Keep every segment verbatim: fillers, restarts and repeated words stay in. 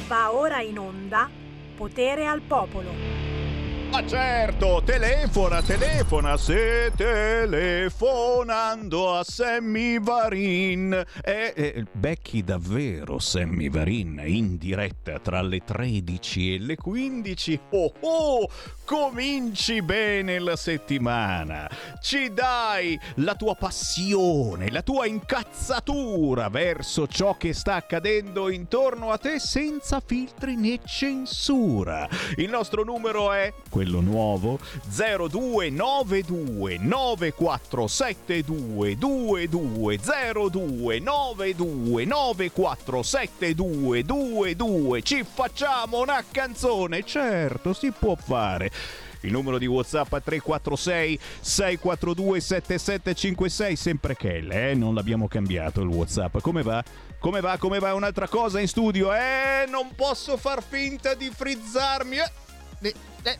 Va ora in onda Potere al Popolo. Ma certo, telefona, telefona, se telefonando a Sammy Varin. E eh, becchi davvero Sammy Varin in diretta tra le tredici e le quindici. Oh oh, cominci bene la settimana. Ci dai la tua passione, la tua incazzatura verso ciò che sta accadendo intorno a te senza filtri né censura. Il nostro numero è quello nuovo zero due nove due nove quattro sette due due due zero due nove due nove quattro sette due due due. Ci facciamo una canzone? Certo, si può fare. Il numero di WhatsApp è tre quattro sei sei quattro due sette sette cinque sei, sempre Kell, eh? Non l'abbiamo cambiato il WhatsApp. Come va? Come va? Come va? Un'altra cosa in studio? Eh, non posso far finta di frizzarmi. Eh, eh, eh.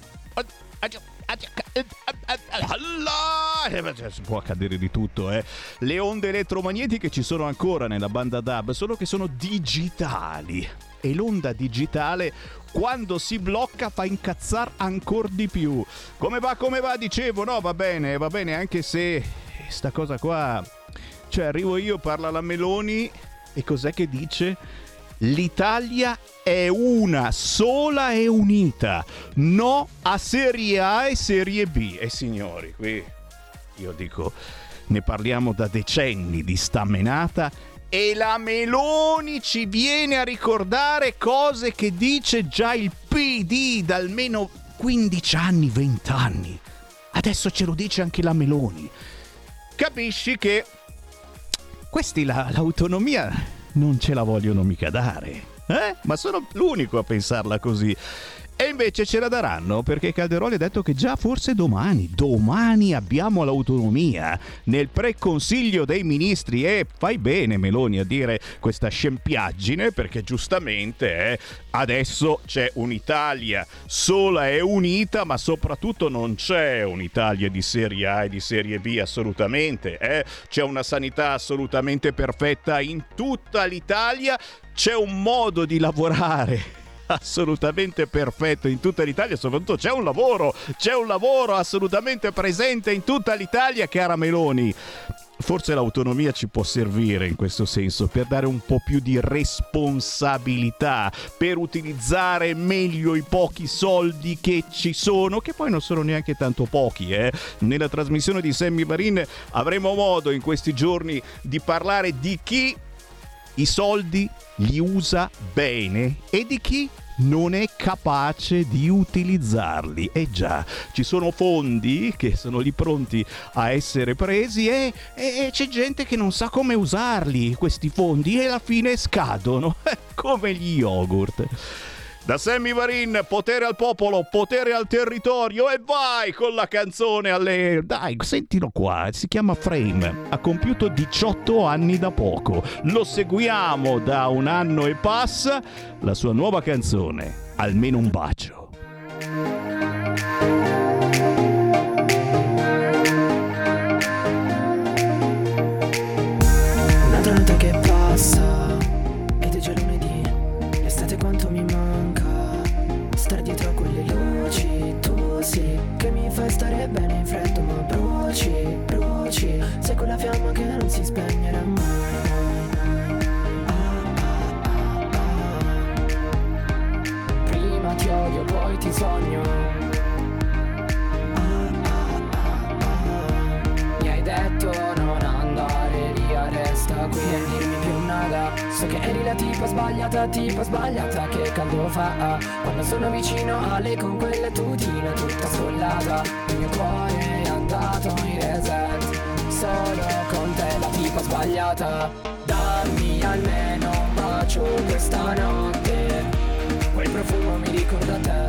Si può accadere di tutto, eh. Le onde elettromagnetiche ci sono ancora nella banda D A B, solo che sono digitali. E l'onda digitale, quando si blocca, fa incazzare ancora di più. Come va? Come va? Dicevo, no, va bene, va bene, anche se sta cosa qua, cioè arrivo io, parla la Meloni e cos'è che dice? L'Italia è una sola e unita, no a Serie A e Serie B. E signori, qui io dico, ne parliamo da decenni di sta menata e la Meloni ci viene a ricordare cose che dice già il P D da almeno quindici anni, venti anni. Adesso ce lo dice anche la Meloni. Capisci che questi la, l'autonomia non ce la vogliono mica dare, eh? Ma sono l'unico a pensarla così. E invece ce la daranno, perché Calderoli ha detto che già forse domani, domani abbiamo l'autonomia nel pre-consiglio dei ministri. E fai bene Meloni a dire questa scempiaggine, perché giustamente eh, adesso c'è un'Italia sola e unita, ma soprattutto non c'è un'Italia di Serie A e di Serie B, assolutamente. Eh? C'è una sanità assolutamente perfetta in tutta l'Italia, c'è un modo di lavorare assolutamente perfetto in tutta l'Italia, soprattutto c'è un lavoro, c'è un lavoro assolutamente presente in tutta l'Italia, cara Meloni. Forse l'autonomia ci può servire in questo senso, per dare un po' più di responsabilità, per utilizzare meglio i pochi soldi che ci sono, che poi non sono neanche tanto pochi, eh. Nella trasmissione di Sammy Varin avremo modo in questi giorni di parlare di chi i soldi li usa bene e di chi non è capace di utilizzarli. E già, ci sono fondi che sono lì pronti a essere presi e, e, e c'è gente che non sa come usarli, questi fondi, e alla fine scadono come gli yogurt. Da Sammy Varin, potere al popolo, potere al territorio, e vai con la canzone alle... Dai, sentilo qua, si chiama Frame, ha compiuto diciotto anni da poco, lo seguiamo da un anno e passa, la sua nuova canzone, Almeno un bacio. Una giornata che passa ed è già lunedì, l'estate quanto mi manca. Stare dietro a quelle luci, tu sì, che mi fai stare bene in freddo, ma bruci, bruci, sei quella fiamma che non si spegnerà mai. Ah, ah, ah, ah. Prima ti odio, poi ti sogno. Ah, ah, ah, ah. Mi hai detto non andare via, resta qui e dirmi più nada. So che eri la tipa sbagliata, tipa sbagliata, che caldo fa quando sono vicino a lei con quelle tutine tutta scollata. Il mio cuore è andato in reset, solo con te la tipa sbagliata. Dammi almeno un bacio questa notte, quel profumo mi ricorda te.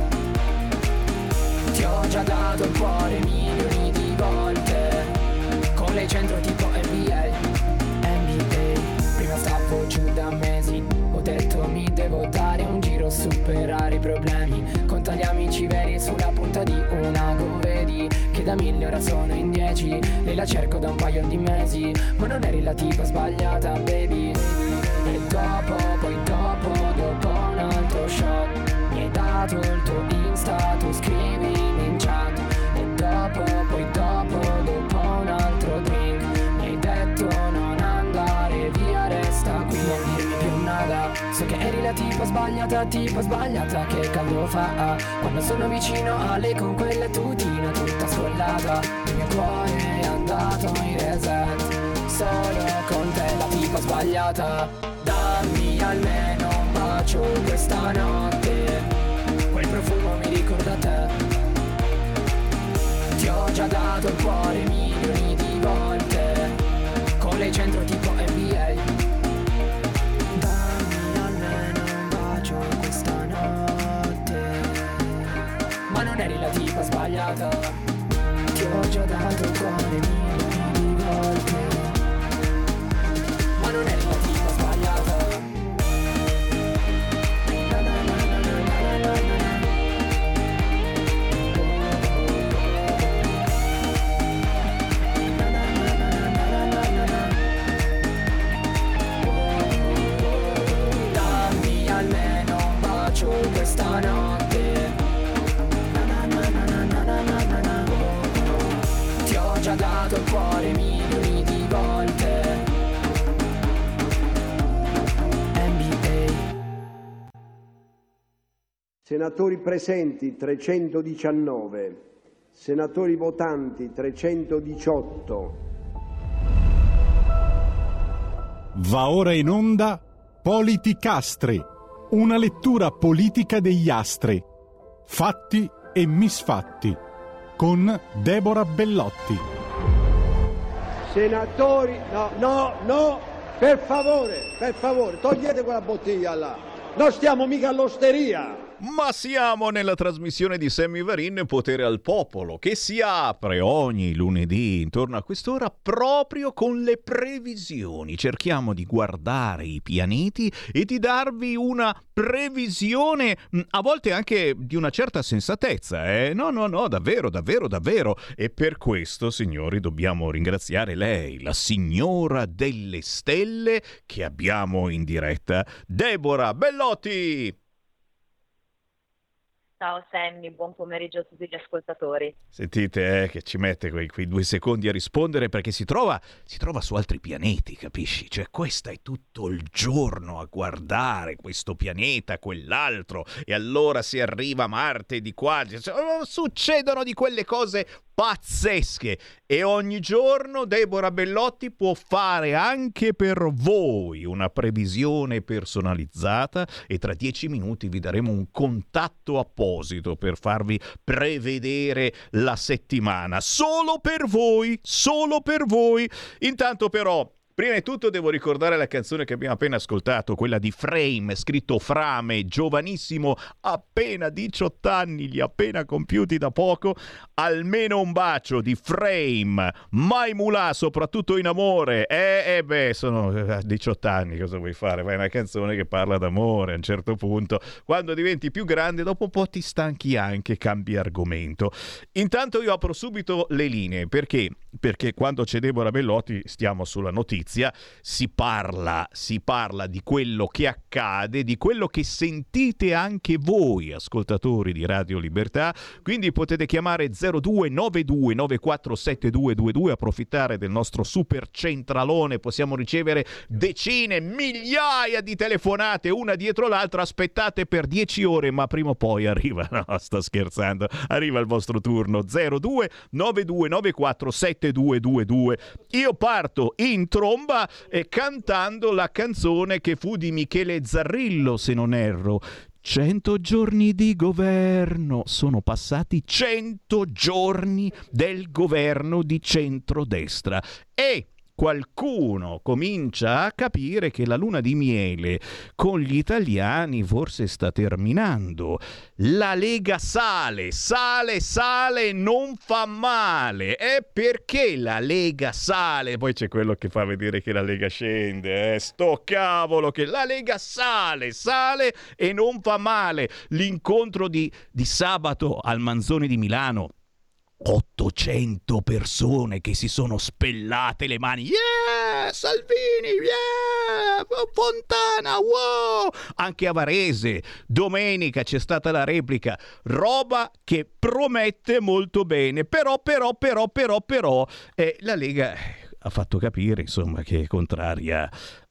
Ti ho già dato il cuore milioni di volte, con lei centro tipo N B A. Prima stavo giù da mesi, ho detto mi devo dare un giro, superare i problemi, conta gli amici veri sulla punta di una go, vedi che da mille ora sono in dieci, lei la cerco da un paio di mesi, ma non eri la tipa sbagliata, baby. E dopo, poi dopo, dopo una So che eri la tipa sbagliata, tipa sbagliata, che caldo fa quando sono vicino a lei con quella tutina tutta scollata. Il mio cuore è andato in reset, solo con te la tipa sbagliata. Dammi almeno un bacio questa notte, quel profumo mi ricorda te. Ti ho già dato il cuore milioni di volte, con lei centro tipo N B A. Dammi almeno un bacio questa notte, ma non eri la tipa sbagliata. Ti ho già dato il cuore milioni di volte, ma non eri la tipa sbagliata. Na, na, na, na, na, na, na, na. Dammi almeno un bacio questa notte, na, na, na, na, na, na, na, na, na. Ti ho già dato il cuore milioni di volte. N B A. Senatori presenti trecentodiciannove, senatori votanti trecentodiciotto. Va ora in onda Politicastri, una lettura politica degli astri, fatti e misfatti, con Deborah Bellotti. Senatori, no, no, no, per favore, per favore, togliete quella bottiglia là, non stiamo mica all'osteria. Ma siamo nella trasmissione di Sammy Varin, Potere al Popolo, che si apre ogni lunedì intorno a quest'ora proprio con le previsioni. Cerchiamo di guardare i pianeti e di darvi una previsione, a volte anche di una certa sensatezza, eh? No, no, no, davvero, davvero, davvero. E per questo, signori, dobbiamo ringraziare lei, la signora delle stelle, che abbiamo in diretta, Deborah Bellotti. Ciao Sammy, buon pomeriggio a tutti gli ascoltatori. Sentite eh, che ci mette quei, quei due secondi a rispondere perché si trova, si trova su altri pianeti, capisci? Cioè questa è tutto il giorno a guardare questo pianeta, quell'altro, e allora si arriva a Marte di qua, cioè, succedono di quelle cose pazzesche e ogni giorno Deborah Bellotti può fare anche per voi una previsione personalizzata e tra dieci minuti vi daremo un contatto apposito per farvi prevedere la settimana, solo per voi, solo per voi. Intanto però, prima di tutto devo ricordare la canzone che abbiamo appena ascoltato, quella di Frame, scritto Frame, giovanissimo, appena diciotto anni, li ha appena compiuti da poco. Almeno un bacio di Frame, mai mulà, soprattutto in amore. Eh, eh beh, sono diciotto anni, cosa vuoi fare? Vai, una canzone che parla d'amore, a un certo punto, quando diventi più grande, dopo un po' ti stanchi anche, cambi argomento. Intanto io apro subito le linee, perché? Perché quando c'è Deborah Bellotti stiamo sulla notizia, si parla, si parla di quello che accade, di quello che sentite anche voi, ascoltatori di Radio Libertà, quindi potete chiamare zero due nove due nove quattro sette due due due, approfittare del nostro super centralone, possiamo ricevere decine, migliaia di telefonate, una dietro l'altra, aspettate per dieci ore, ma prima o poi arriva, no, sto scherzando, arriva il vostro turno, zero due nove due nove quattro sette due due due. Io parto in tromba e cantando la canzone che fu di Michele Zarrillo, se non erro. Cento giorni di governo, sono passati cento giorni del governo di centrodestra e qualcuno comincia a capire che la luna di miele con gli italiani forse sta terminando. La Lega sale, sale, sale, non fa male. E perché la Lega sale? Poi c'è quello che fa vedere che la Lega scende, eh? Sto cavolo che la Lega sale, sale e non fa male. L'incontro di, di sabato al Manzoni di Milano, ottocento persone che si sono spellate le mani. Yeah, Salvini, yeah, Fontana, wow. Anche a Varese domenica c'è stata la replica, roba che promette molto bene, però però però però però eh, la Lega ha fatto capire insomma che è contraria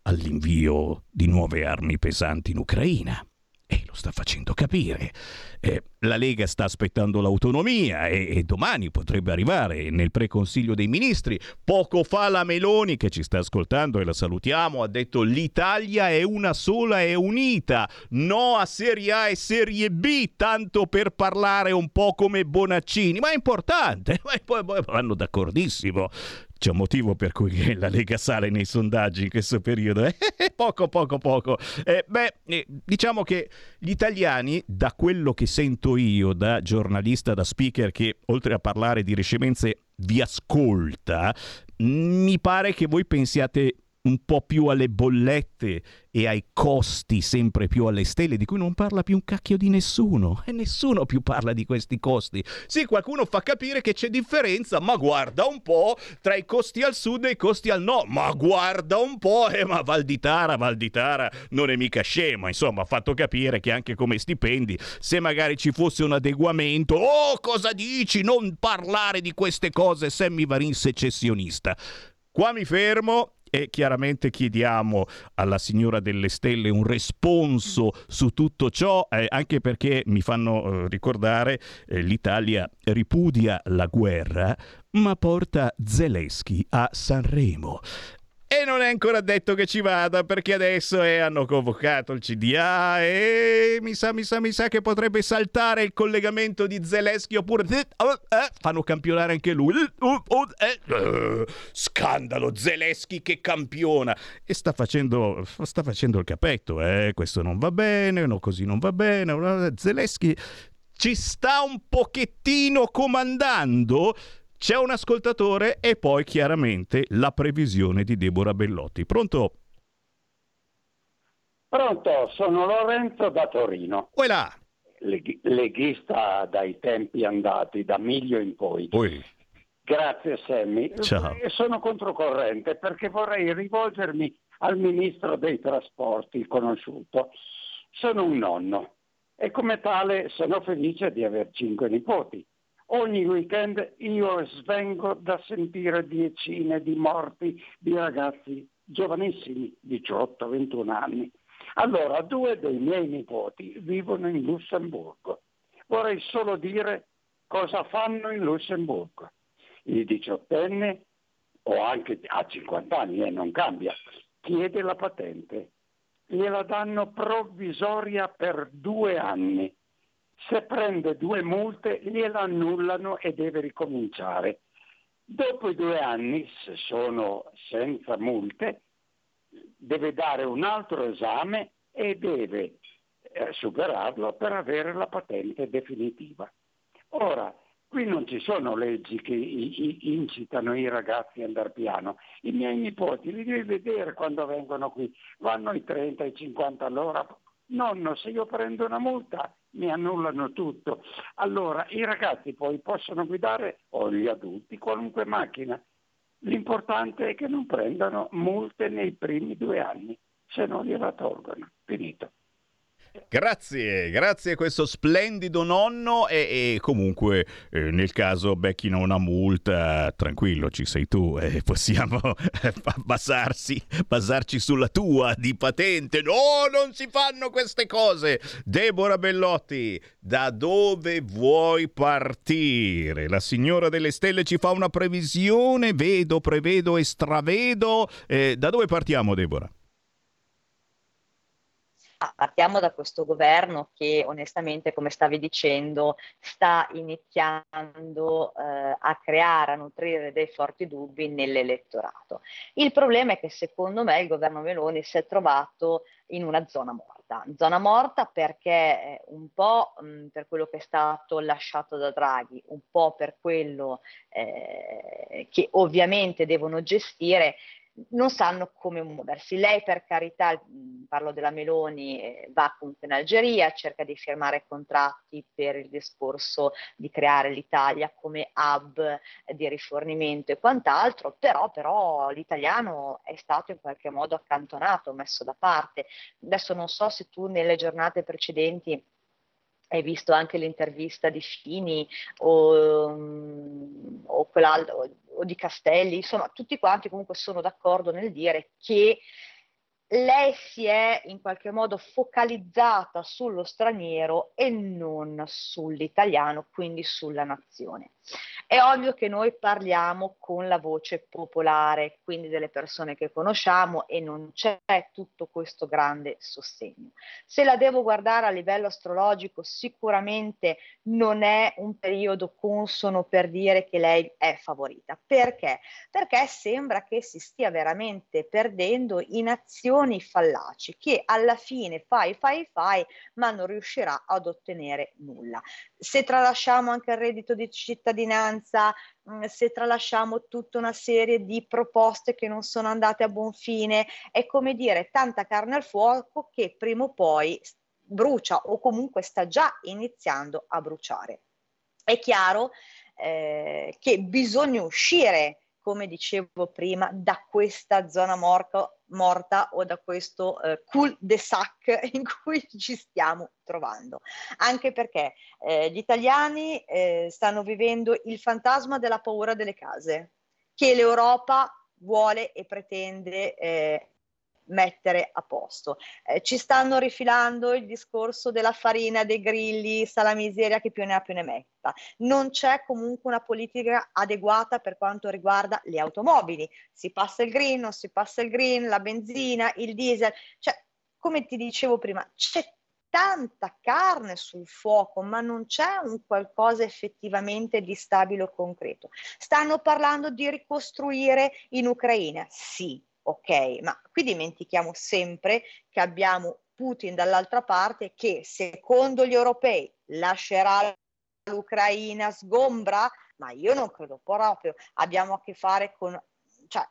all'invio di nuove armi pesanti in Ucraina. E lo sta facendo capire. Eh, la Lega sta aspettando l'autonomia e, e domani potrebbe arrivare nel preconsiglio dei ministri. Poco fa la Meloni, che ci sta ascoltando e la salutiamo, ha detto: l'Italia è una sola e unita, no a Serie A e Serie B, tanto per parlare un po' come Bonaccini. Ma è importante, ma poi, poi vanno d'accordissimo. C'è un motivo per cui la Lega sale nei sondaggi in questo periodo. Eh? Poco, poco, poco. Eh, beh, eh, diciamo che gli italiani, da quello che sento io, da giornalista, da speaker che oltre a parlare di ricemenze vi ascolta, mi pare che voi pensiate un po' più alle bollette e ai costi sempre più alle stelle, di cui non parla più un cacchio di nessuno, e nessuno più parla di questi costi. Sì, qualcuno fa capire che c'è differenza, ma guarda un po', tra i costi al sud e i costi al nord, ma guarda un po', eh, ma Valditara, Valditara non è mica scema, insomma, ha fatto capire che anche come stipendi, se magari ci fosse un adeguamento, oh, cosa dici, non parlare di queste cose, Sammy Varin secessionista. Qua mi fermo. E chiaramente chiediamo alla signora delle stelle un responso su tutto ciò, eh, anche perché mi fanno eh, ricordare eh, l'Italia ripudia la guerra, ma porta Zelensky a Sanremo. E non è ancora detto che ci vada, perché adesso eh, hanno convocato il C D A e mi sa, mi sa, mi sa che potrebbe saltare il collegamento di Zelensky, oppure eh, eh, fanno campionare anche lui. Eh, eh, scandalo, Zelensky che campiona. E sta facendo, sta facendo il capetto, eh, questo non va bene, no, così non va bene. Zelensky ci sta un pochettino comandando. C'è un ascoltatore e poi chiaramente la previsione di Deborah Bellotti. Pronto? Pronto, sono Lorenzo da Torino. Voilà. Leg- leghista dai tempi andati, da Miglio in poi. Oi. Grazie Sammy. Ciao. E sono controcorrente perché vorrei rivolgermi al ministro dei trasporti conosciuto. Sono un nonno e come tale sono felice di aver cinque nipoti. Ogni weekend io svengo da sentire decine di morti di ragazzi giovanissimi, diciotto ventuno anni. Allora, due dei miei nipoti vivono in Lussemburgo. Vorrei solo dire cosa fanno in Lussemburgo. Il diciottenne, o anche a cinquanta anni, e eh, non cambia, chiede la patente. Gliela danno provvisoria per due anni. Se prende due multe gliela annullano e deve ricominciare. Dopo i due anni, se sono senza multe, deve dare un altro esame e deve eh, superarlo per avere la patente definitiva. Ora, qui non ci sono leggi che i, i, incitano i ragazzi ad andare piano. I miei nipoti li devi vedere quando vengono qui, vanno ai trenta, ai cinquanta all'ora. Nonno, se io prendo una multa mi annullano tutto. Allora i ragazzi poi possono guidare, o gli adulti, qualunque macchina. L'importante è che non prendano multe nei primi due anni, se no gliela tolgono. Finito. Grazie, grazie a questo splendido nonno e, e comunque eh, nel caso becchino una multa, tranquillo, ci sei tu, eh, possiamo eh, basarsi, basarci sulla tua di patente. No, non si fanno queste cose. Deborah Bellotti, da dove vuoi partire? La signora delle stelle ci fa una previsione, vedo, prevedo e stravedo. Eh, da dove partiamo, Deborah? Partiamo da questo governo che onestamente, come stavi dicendo, sta iniziando eh, a creare, a nutrire dei forti dubbi nell'elettorato. Il problema è che secondo me il governo Meloni si è trovato in una zona morta. Zona morta perché eh, un po' mh, per quello che è stato lasciato da Draghi, un po' per quello eh, che ovviamente devono gestire, non sanno come muoversi. Lei, per carità, parlo della Meloni, eh, va comunque in Algeria, cerca di firmare contratti per il discorso di creare l'Italia come hub eh, di rifornimento e quant'altro, però, però l'italiano è stato in qualche modo accantonato, messo da parte. Adesso non so se tu nelle giornate precedenti hai visto anche l'intervista di Fini o, um, o, o di Castelli, insomma tutti quanti comunque sono d'accordo nel dire che lei si è in qualche modo focalizzata sullo straniero e non sull'italiano, quindi sulla nazione. È ovvio che noi parliamo con la voce popolare, quindi delle persone che conosciamo, e non c'è tutto questo grande sostegno. Se la devo guardare a livello astrologico, sicuramente non è un periodo consono per dire che lei è favorita. Perché? Perché sembra che si stia veramente perdendo in azioni fallaci, che alla fine fai, fai, fai, ma non riuscirà ad ottenere nulla. Se tralasciamo anche il reddito di cittadinanza, se tralasciamo tutta una serie di proposte che non sono andate a buon fine, è come dire tanta carne al fuoco che prima o poi brucia, o comunque sta già iniziando a bruciare. È chiaro eh, che bisogna uscire, come dicevo prima, da questa zona morca, morta o da questo eh, cul-de-sac in cui ci stiamo trovando. Anche perché eh, gli italiani eh, stanno vivendo il fantasma della paura delle case, che l'Europa vuole e pretende eh, mettere a posto. Eh, ci stanno rifilando il discorso della farina, dei grilli, sa la miseria che più ne ha più ne metta. Non c'è comunque una politica adeguata per quanto riguarda le automobili. Si passa il green, non si passa il green, la benzina, il diesel. Cioè, come ti dicevo prima, c'è tanta carne sul fuoco, ma non c'è un qualcosa effettivamente di stabile o concreto. Stanno parlando di ricostruire in Ucraina, sì. Ok, ma qui dimentichiamo sempre che abbiamo Putin dall'altra parte che secondo gli europei lascerà l'Ucraina sgombra, ma io non credo proprio. Abbiamo a che fare con cioè,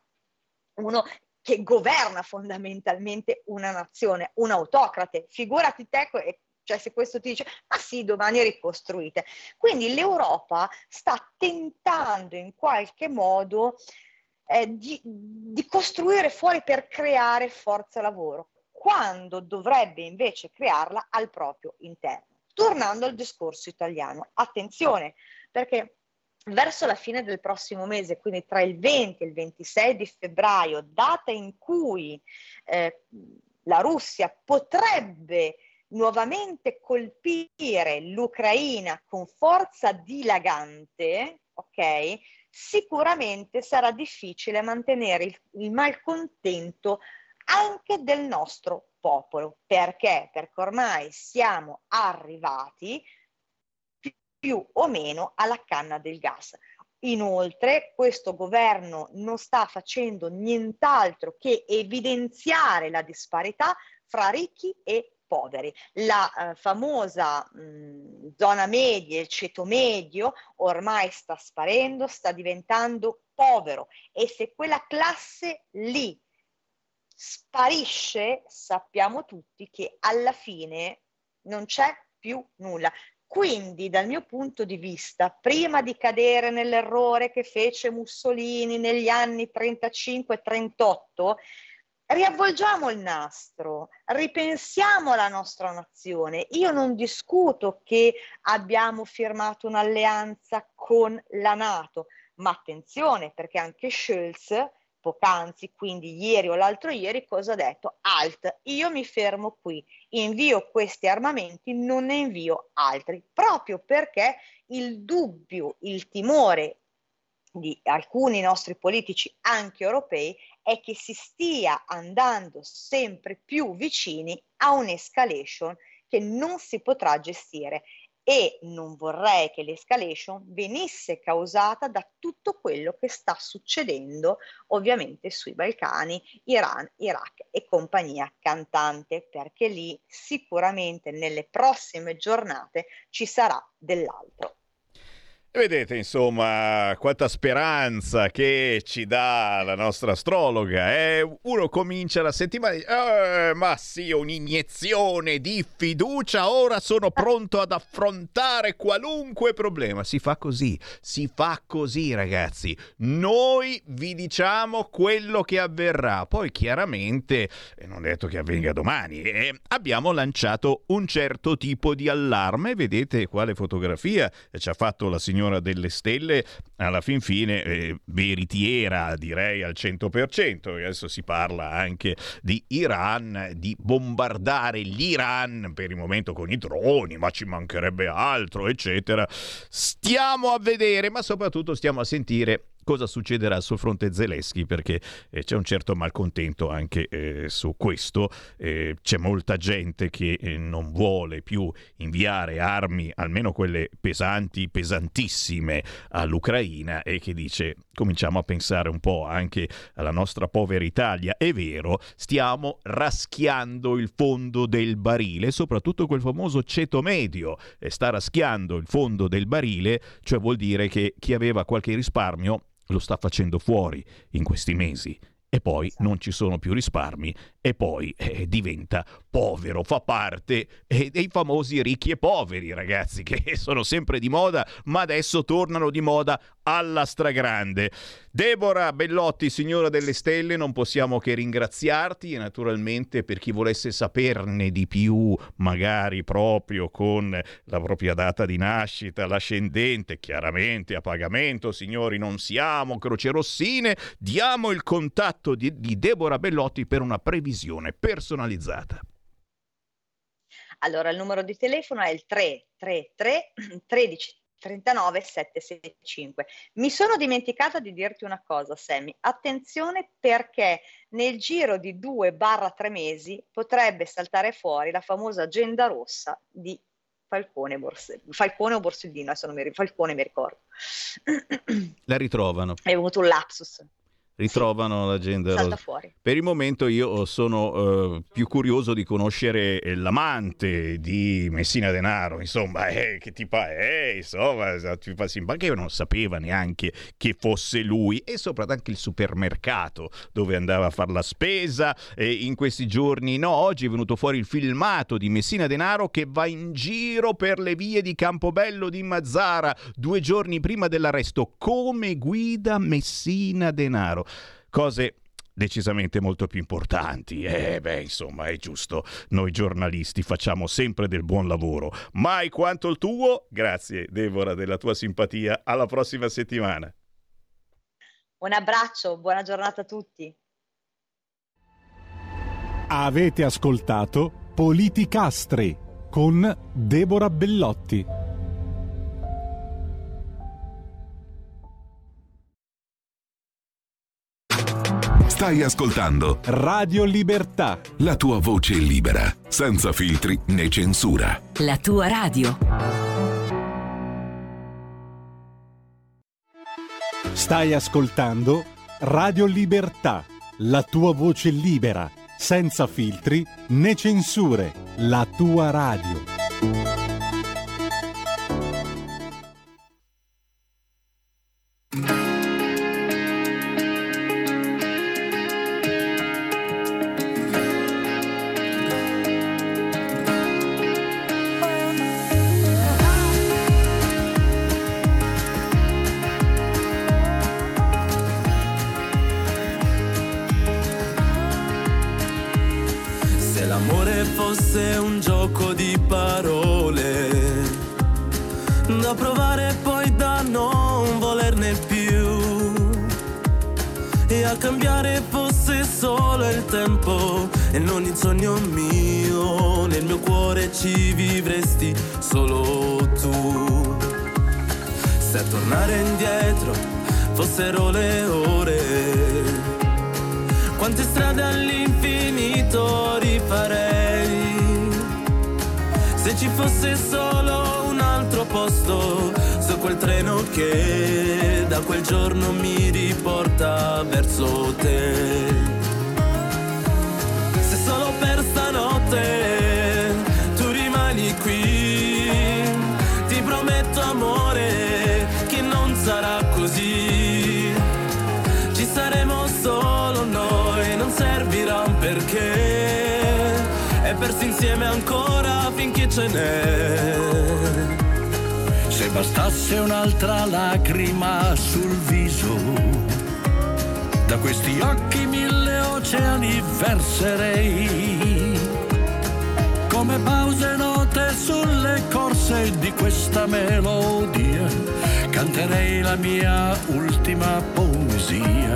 uno che governa fondamentalmente una nazione, un autocrate. Figurati te, cioè se questo ti dice, ma sì, domani ricostruite. Quindi l'Europa sta tentando in qualche modo Eh, di, di costruire fuori per creare forza lavoro, quando dovrebbe invece crearla al proprio interno. Tornando al discorso italiano, attenzione, perché verso la fine del prossimo mese, quindi tra il venti e il ventisei di febbraio, data in cui eh, la Russia potrebbe nuovamente colpire l'Ucraina con forza dilagante, ok? Sicuramente sarà difficile mantenere il, il malcontento anche del nostro popolo. Perché? Perché ormai siamo arrivati più, più o meno alla canna del gas. Inoltre, questo governo non sta facendo nient'altro che evidenziare la disparità fra ricchi e poveri. La eh, famosa mh, zona media, il ceto medio, ormai sta sparendo, sta diventando povero, e se quella classe lì sparisce, sappiamo tutti che alla fine non c'è più nulla. Quindi, dal mio punto di vista, prima di cadere nell'errore che fece Mussolini negli anni trentacinque trentotto, riavvolgiamo il nastro, ripensiamo alla nostra nazione. Io non discuto che abbiamo firmato un'alleanza con la NATO, ma attenzione, perché anche Scholz, poc'anzi, quindi ieri o l'altro ieri, cosa ha detto? Halt, io mi fermo qui, invio questi armamenti, non ne invio altri, proprio perché il dubbio, il timore di alcuni nostri politici anche europei è che si stia andando sempre più vicini a un'escalation che non si potrà gestire, e non vorrei che l'escalation venisse causata da tutto quello che sta succedendo ovviamente sui Balcani, Iran, Iraq e compagnia cantante, perché lì sicuramente nelle prossime giornate ci sarà dell'altro. Vedete, insomma, quanta speranza che ci dà la nostra astrologa. Eh? Uno comincia la settimana e dice, eh, ma sì, un'iniezione di fiducia, ora sono pronto ad affrontare qualunque problema. Si fa così, si fa così, ragazzi. Noi vi diciamo quello che avverrà. Poi chiaramente, eh, non è detto che avvenga domani, eh, abbiamo lanciato un certo tipo di allarme. Vedete quale fotografia ci ha fatto la signora signora delle stelle alla fin fine eh, veritiera, direi al cento per cento. Adesso si parla anche di Iran, di bombardare l'Iran per il momento con i droni, ma ci mancherebbe altro, eccetera. Stiamo a vedere, ma soprattutto stiamo a sentire cosa succederà sul fronte Zelensky, perché eh, c'è un certo malcontento anche eh, su questo. Eh, c'è molta gente che eh, non vuole più inviare armi, almeno quelle pesanti, pesantissime, all'Ucraina, e che dice: cominciamo a pensare un po' anche alla nostra povera Italia. È vero, stiamo raschiando il fondo del barile, soprattutto quel famoso ceto medio e sta raschiando il fondo del barile, cioè vuol dire che chi aveva qualche risparmio lo sta facendo fuori in questi mesi, e poi non ci sono più risparmi, e poi eh, diventa povero, fa parte eh, dei famosi ricchi e poveri, ragazzi, che sono sempre di moda, ma adesso tornano di moda alla stragrande. Deborah Bellotti, signora delle stelle, non possiamo che ringraziarti, e naturalmente per chi volesse saperne di più, magari proprio con la propria data di nascita, l'ascendente, chiaramente a pagamento, signori, non siamo crocerossine, diamo il contatto di, di Deborah Bellotti per una previsione personalizzata. Allora, il numero di telefono è il tre tre tre tredici trentanove settecentosessantacinque. Mi sono dimenticata di dirti una cosa, Sammy. Attenzione, perché nel giro di due barra tre mesi potrebbe saltare fuori la famosa agenda rossa di Falcone, Borse, Falcone o Borsellino, adesso non mi ricordo, Falcone mi ricordo. La ritrovano. Hai avuto un lapsus. Ritrovano l'agenda rosa. Fuori. Per il momento io sono uh, più curioso di conoscere l'amante di Messina Denaro, insomma, eh, che tipa è, insomma, tipa simpatico, che non sapeva neanche che fosse lui, e soprattutto anche il supermercato dove andava a fare la spesa. E in questi giorni, no, oggi è venuto fuori il filmato di Messina Denaro che va in giro per le vie di Campobello di Mazara due giorni prima dell'arresto, come guida Messina Denaro. Cose decisamente molto più importanti. Eh beh, insomma, è giusto. Noi giornalisti facciamo sempre del buon lavoro, mai quanto il tuo. Grazie, Deborah, della tua simpatia. Alla prossima settimana. Un abbraccio, buona giornata a tutti. Avete ascoltato Politicastri con Deborah Bellotti. Stai ascoltando Radio Libertà, la tua voce libera, senza filtri né censura. La tua radio. Stai ascoltando Radio Libertà, la tua voce libera, senza filtri né censure. La tua radio. Fosse un gioco di parole da provare poi da non volerne più, e a cambiare fosse solo il tempo e non il sogno mio, nel mio cuore ci vivresti solo tu. Se a tornare indietro fossero le ore, quante strade all'infinito rifarei. Se ci fosse solo un altro posto su quel treno che da quel giorno mi riporta verso te. Se solo per stanotte tu rimani qui, ti prometto amore che non sarà così. Ci saremo solo noi, non servirà un perché, e persi insieme ancora finché ce n'è. Se bastasse un'altra lacrima sul viso, da questi occhi mille oceani verserei, come pause note sulle corse base di questa melodia canterei la mia ultima poesia.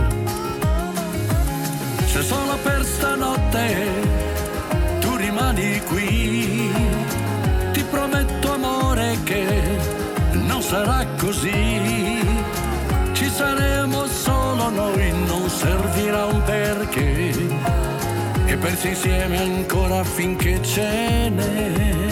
Se solo per stanotte tu rimani qui, ti prometto amore che non sarà così. Ci saremo solo noi, non servirà un perché, e pensi insieme ancora finché ce n'è.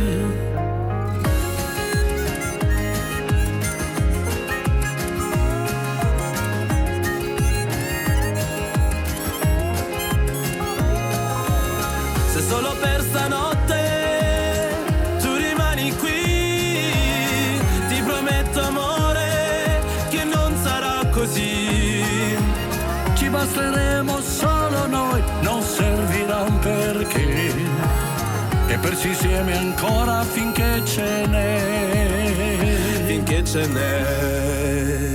Se solo per stanotte tu rimani qui, ti prometto amore che non sarà così. Ci basteremo solo noi, non servirà un perché, e persi insieme ancora finché ce n'è. Finché ce n'è.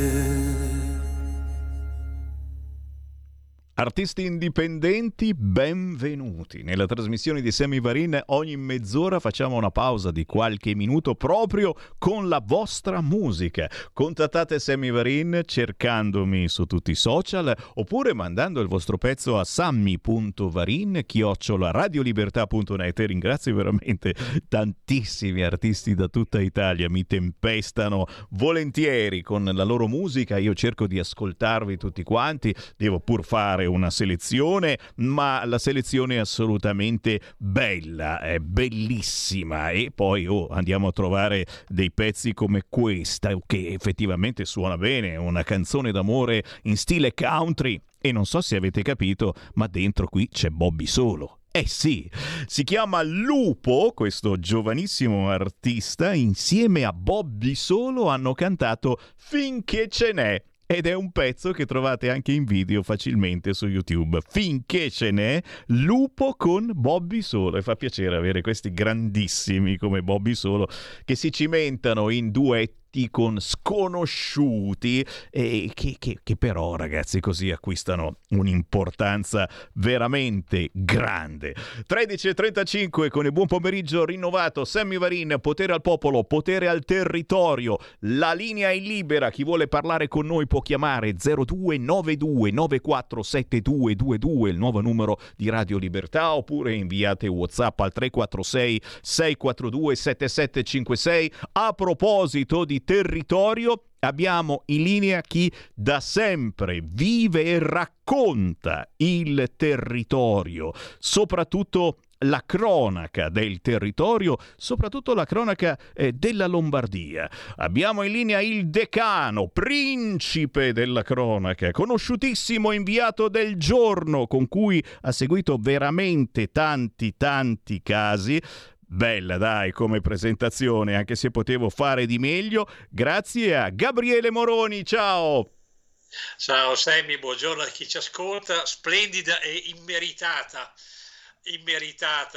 Artisti indipendenti, benvenuti. Nella trasmissione di Sammy Varin ogni mezz'ora facciamo una pausa di qualche minuto proprio con la vostra musica. Contattate Sammy Varin cercandomi su tutti i social oppure mandando il vostro pezzo a sammy punto varin chiocciola radiolibertà punto net. Ringrazio veramente tantissimi artisti da tutta Italia, mi tempestano volentieri con la loro musica. Io cerco di ascoltarvi tutti quanti, devo pur fare una selezione, ma la selezione è assolutamente bella, è bellissima, e poi oh, andiamo a trovare dei pezzi come questa che effettivamente suona bene, una canzone d'amore in stile country, e non so se avete capito, ma dentro qui c'è Bobby Solo. Eh sì, si chiama Lupo, questo giovanissimo artista, insieme a Bobby Solo hanno cantato Finché ce n'è. Ed è un pezzo che trovate anche in video facilmente su YouTube. Finché ce n'è, Lupo con Bobby Solo. E fa piacere avere questi grandissimi come Bobby Solo che si cimentano in duetti con sconosciuti e che, che, che però, ragazzi, così acquistano un'importanza veramente grande. tredici e trentacinque con il buon pomeriggio rinnovato. Sammy Varin, potere al popolo, potere al territorio. La linea è libera. Chi vuole parlare con noi può chiamare zero due nove due nove quattro sette due due due, il nuovo numero di Radio Libertà, oppure inviate WhatsApp al tre quattro sei sei quattro due sette sette cinque sei. A proposito di territorio, abbiamo in linea chi da sempre vive e racconta il territorio, soprattutto la cronaca del territorio, soprattutto la cronaca eh, della Lombardia. Abbiamo in linea il decano, principe della cronaca, conosciutissimo inviato del giorno, con cui ha seguito veramente tanti tanti casi. Bella, dai, come presentazione, anche se potevo fare di meglio. Grazie a Gabriele Moroni, ciao! Ciao Sammy, buongiorno a chi ci ascolta. Splendida e immeritata, immeritata,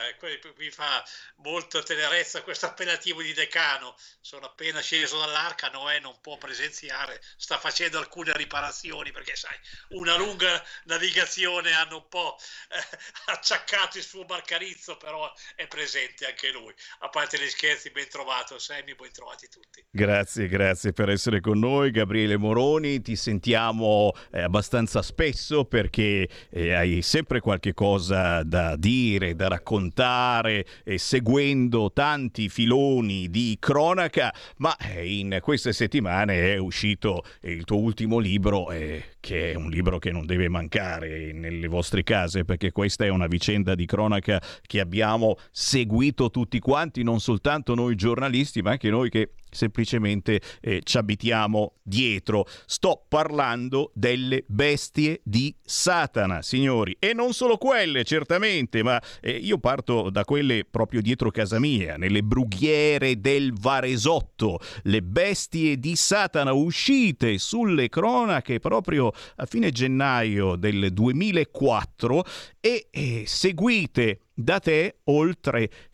mi fa molto tenerezza questo appellativo di decano. Sono appena sceso dall'arca, Noè non può presenziare, sta facendo alcune riparazioni perché sai, una lunga navigazione hanno un po' eh, acciaccato il suo barcarizzo, però è presente anche lui. A parte gli scherzi, ben trovato Sammy, ben trovati tutti. Grazie, grazie per essere con noi Gabriele Moroni, ti sentiamo eh, abbastanza spesso perché eh, hai sempre qualche cosa da dire, da raccontare, e seguendo tanti filoni di cronaca, ma in queste settimane è uscito il tuo ultimo libro, eh, che è un libro che non deve mancare nelle vostre case, perché questa è una vicenda di cronaca che abbiamo seguito tutti quanti, non soltanto noi giornalisti, ma anche noi che semplicemente eh, ci abitiamo dietro. Sto parlando delle bestie di Satana, signori, e non solo quelle, certamente, ma eh, io parto da quelle proprio dietro casa mia, nelle brughiere del Varesotto. Le bestie di Satana, uscite sulle cronache proprio a fine gennaio del duemilaquattro e eh, seguite da te, oltre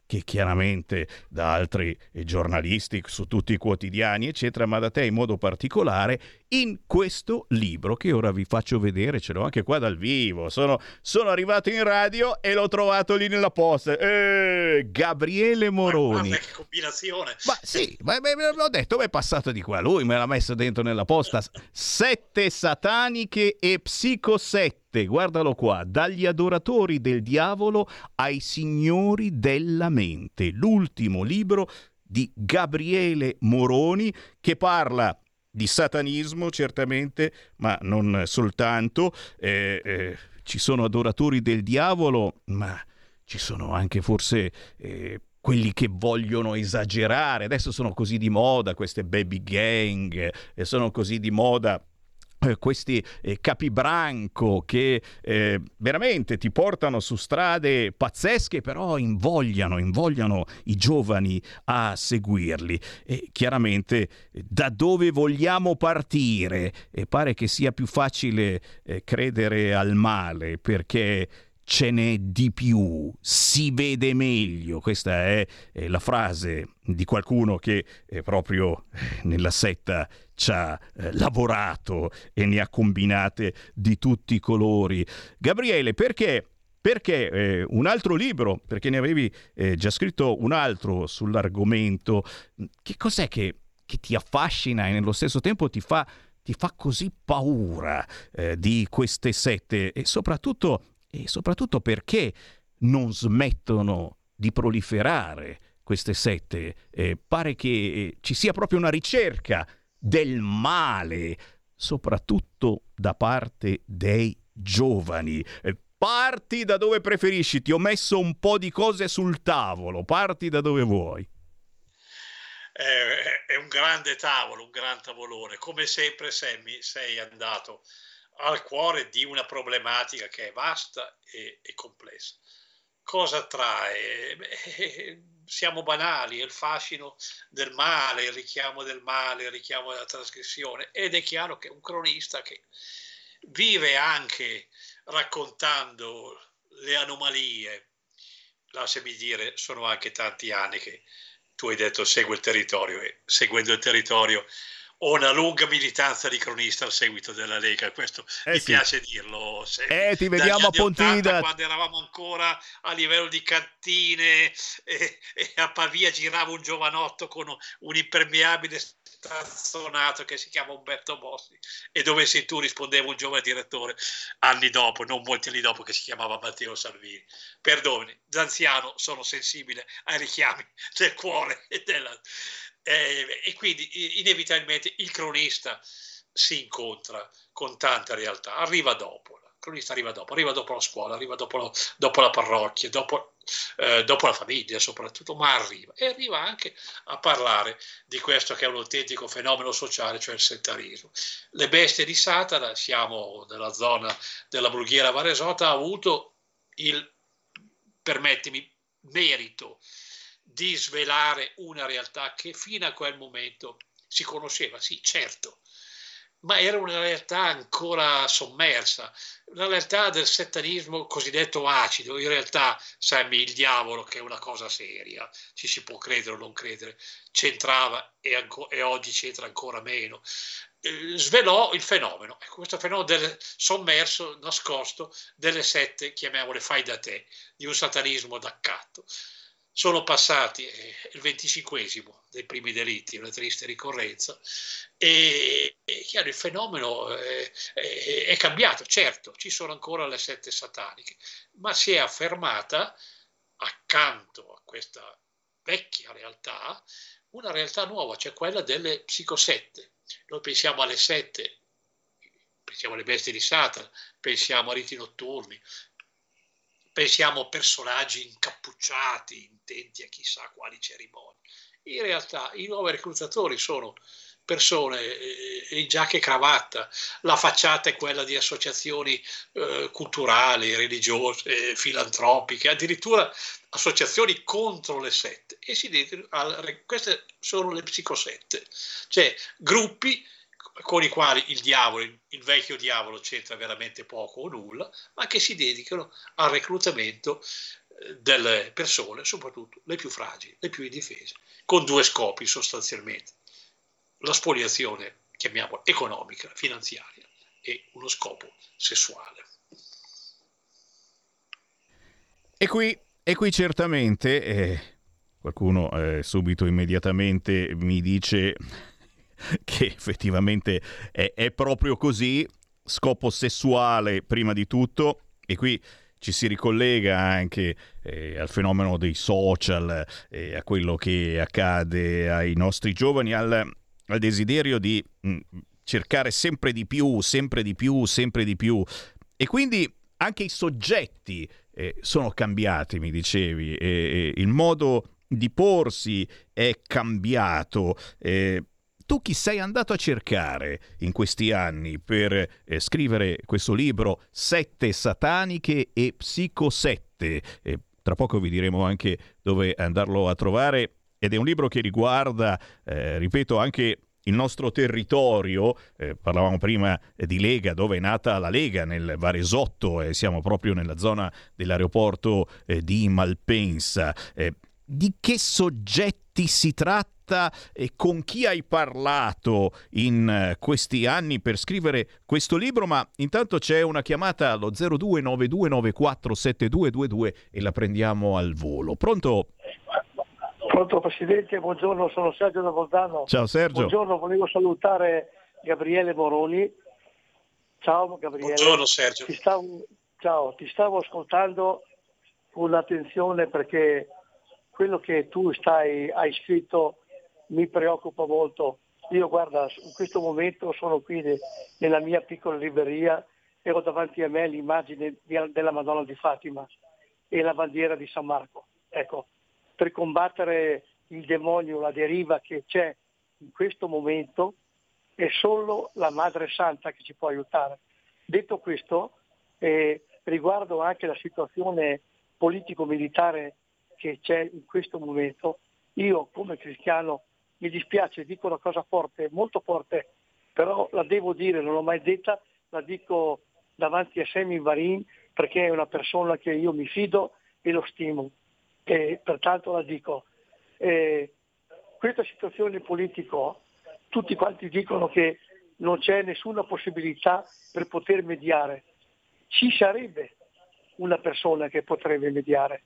che chiaramente da altri giornalisti su tutti i quotidiani eccetera, ma da te in modo particolare in questo libro che ora vi faccio vedere. Ce l'ho anche qua dal vivo, sono, sono arrivato in radio e l'ho trovato lì nella posta. eh, Gabriele Moroni. Ma che combinazione. Ma sì, ma, ma, ma, l'ho detto, è passato di qua, lui me l'ha messo dentro nella posta. Sette sataniche e psicosette, guardalo qua, dagli adoratori del diavolo ai signori della mente, l'ultimo libro di Gabriele Moroni, che parla di satanismo certamente, ma non soltanto. eh, eh, ci sono adoratori del diavolo, ma ci sono anche forse eh, quelli che vogliono esagerare. Adesso sono così di moda queste baby gang, e sono così di moda eh, questi eh, capibranco che eh, veramente ti portano su strade pazzesche, però invogliano, invogliano i giovani a seguirli. E chiaramente da dove vogliamo partire? E pare che sia più facile eh, credere al male, perché ce n'è di più, si vede meglio. Questa è, è la frase di qualcuno che è proprio nella setta ci ha eh, lavorato e ne ha combinate di tutti i colori. Gabriele, perché? Perché eh, un altro libro, perché ne avevi eh, già scritto un altro sull'argomento. Che cos'è che, che ti affascina e nello stesso tempo ti fa, ti fa così paura eh, di queste sette? E soprattutto... E soprattutto perché non smettono di proliferare queste sette? Eh, pare che ci sia proprio una ricerca del male, soprattutto da parte dei giovani. Eh, parti da dove preferisci, ti ho messo un po' di cose sul tavolo, parti da dove vuoi. È, è un grande tavolo, un gran tavolone. Come sempre, Sammy, sei andato al cuore di una problematica che è vasta e, e complessa. Cosa trae? Beh, siamo banali, è il fascino del male, il richiamo del male, il richiamo della trasgressione, ed è chiaro che un cronista che vive anche raccontando le anomalie, lasciami dire, sono anche tanti anni che tu hai detto segue il territorio, e seguendo il territorio ho una lunga militanza di cronista al seguito della Lega, questo eh mi sì. piace dirlo. Se, eh, ti vediamo a Pontida. Quando eravamo ancora a livello di cantine e, e a Pavia girava un giovanotto con un impermeabile stazzonato che si chiama Umberto Bossi, e dove sei tu rispondeva un giovane direttore anni dopo, non molti anni dopo, che si chiamava Matteo Salvini. Perdoni, da anziano sono sensibile ai richiami del cuore e della... Eh, e quindi inevitabilmente il cronista si incontra con tante realtà, arriva dopo, il cronista arriva dopo, arriva dopo la scuola, arriva dopo la, dopo la parrocchia, dopo, eh, dopo la famiglia soprattutto, ma arriva, e arriva anche a parlare di questo che è un autentico fenomeno sociale, cioè il settarismo. Le bestie di Satana, siamo nella zona della Brughiera Varesota, ha avuto il, permettimi, merito di svelare una realtà che fino a quel momento si conosceva, sì, certo, ma era una realtà ancora sommersa, la realtà del satanismo cosiddetto acido. In realtà, Sammy, il diavolo, che è una cosa seria, ci si può credere o non credere, c'entrava e, anco, e oggi c'entra ancora meno. Eh, svelò il fenomeno, questo fenomeno del sommerso, nascosto, delle sette, chiamiamole fai da te, di un satanismo d'accatto. Sono passati eh, il venticinquesimo dei primi delitti, una triste ricorrenza, e, e chiaro, il fenomeno eh, è, è cambiato. Certo, ci sono ancora le sette sataniche, ma si è affermata, accanto a questa vecchia realtà, una realtà nuova, cioè quella delle psicosette. Noi pensiamo alle sette, pensiamo alle bestie di Satana, pensiamo a riti notturni, pensiamo a personaggi incappucciati, intenti a chissà quali cerimonie. In realtà i nuovi reclutatori sono persone eh, in giacca e cravatta, la facciata è quella di associazioni eh, culturali, religiose, eh, filantropiche, addirittura associazioni contro le sette, e si dedicano a, queste sono le psicosette, cioè gruppi con i quali il diavolo, il vecchio diavolo, c'entra veramente poco o nulla, ma che si dedicano al reclutamento delle persone, soprattutto le più fragili, le più indifese, con due scopi sostanzialmente: la spoliazione, chiamiamola economica, finanziaria, e uno scopo sessuale. E qui, e qui certamente eh, qualcuno eh, subito immediatamente mi dice che effettivamente è, è proprio così, scopo sessuale prima di tutto, e qui ci si ricollega anche eh, al fenomeno dei social, eh, a quello che accade ai nostri giovani, al, al desiderio di mh, cercare sempre di più, sempre di più, sempre di più. E quindi anche i soggetti eh, sono cambiati, mi dicevi, e, e il modo di porsi è cambiato. Eh, Tu chi sei andato a cercare in questi anni per eh, scrivere questo libro Sette sataniche e psicosette? Eh, tra poco vi diremo anche dove andarlo a trovare, ed è un libro che riguarda, eh, ripeto, anche il nostro territorio. Eh, parlavamo prima eh, di Lega, dove è nata la Lega, nel Varesotto, e eh, siamo proprio nella zona dell'aeroporto eh, di Malpensa. Eh, di che soggetti si tratta? E con chi hai parlato in questi anni per scrivere questo libro? Ma intanto c'è una chiamata allo zero due nove due nove quattro sette due due due e la prendiamo al volo. Pronto? Pronto Presidente, buongiorno, sono Sergio da Bolzano. Ciao Sergio. Buongiorno, volevo salutare Gabriele Moroni. Ciao Gabriele. Buongiorno Sergio. Ti stavo, ciao, ti stavo ascoltando con attenzione, perché quello che tu stai, hai scritto mi preoccupa molto. Io, guarda, in questo momento sono qui de, nella mia piccola libreria e ho davanti a me l'immagine di, della Madonna di Fatima e la bandiera di San Marco. Ecco, per combattere il demonio, la deriva che c'è in questo momento, è solo la Madre Santa che ci può aiutare. Detto questo, eh, riguardo anche la situazione politico-militare che c'è in questo momento, io come cristiano mi dispiace, dico una cosa forte, molto forte, però la devo dire, non l'ho mai detta, la dico davanti a Semi Varin, perché è una persona che io mi fido e lo stimo, e pertanto la dico. Eh, questa situazione politica, tutti quanti dicono che non c'è nessuna possibilità per poter mediare. Ci sarebbe una persona che potrebbe mediare,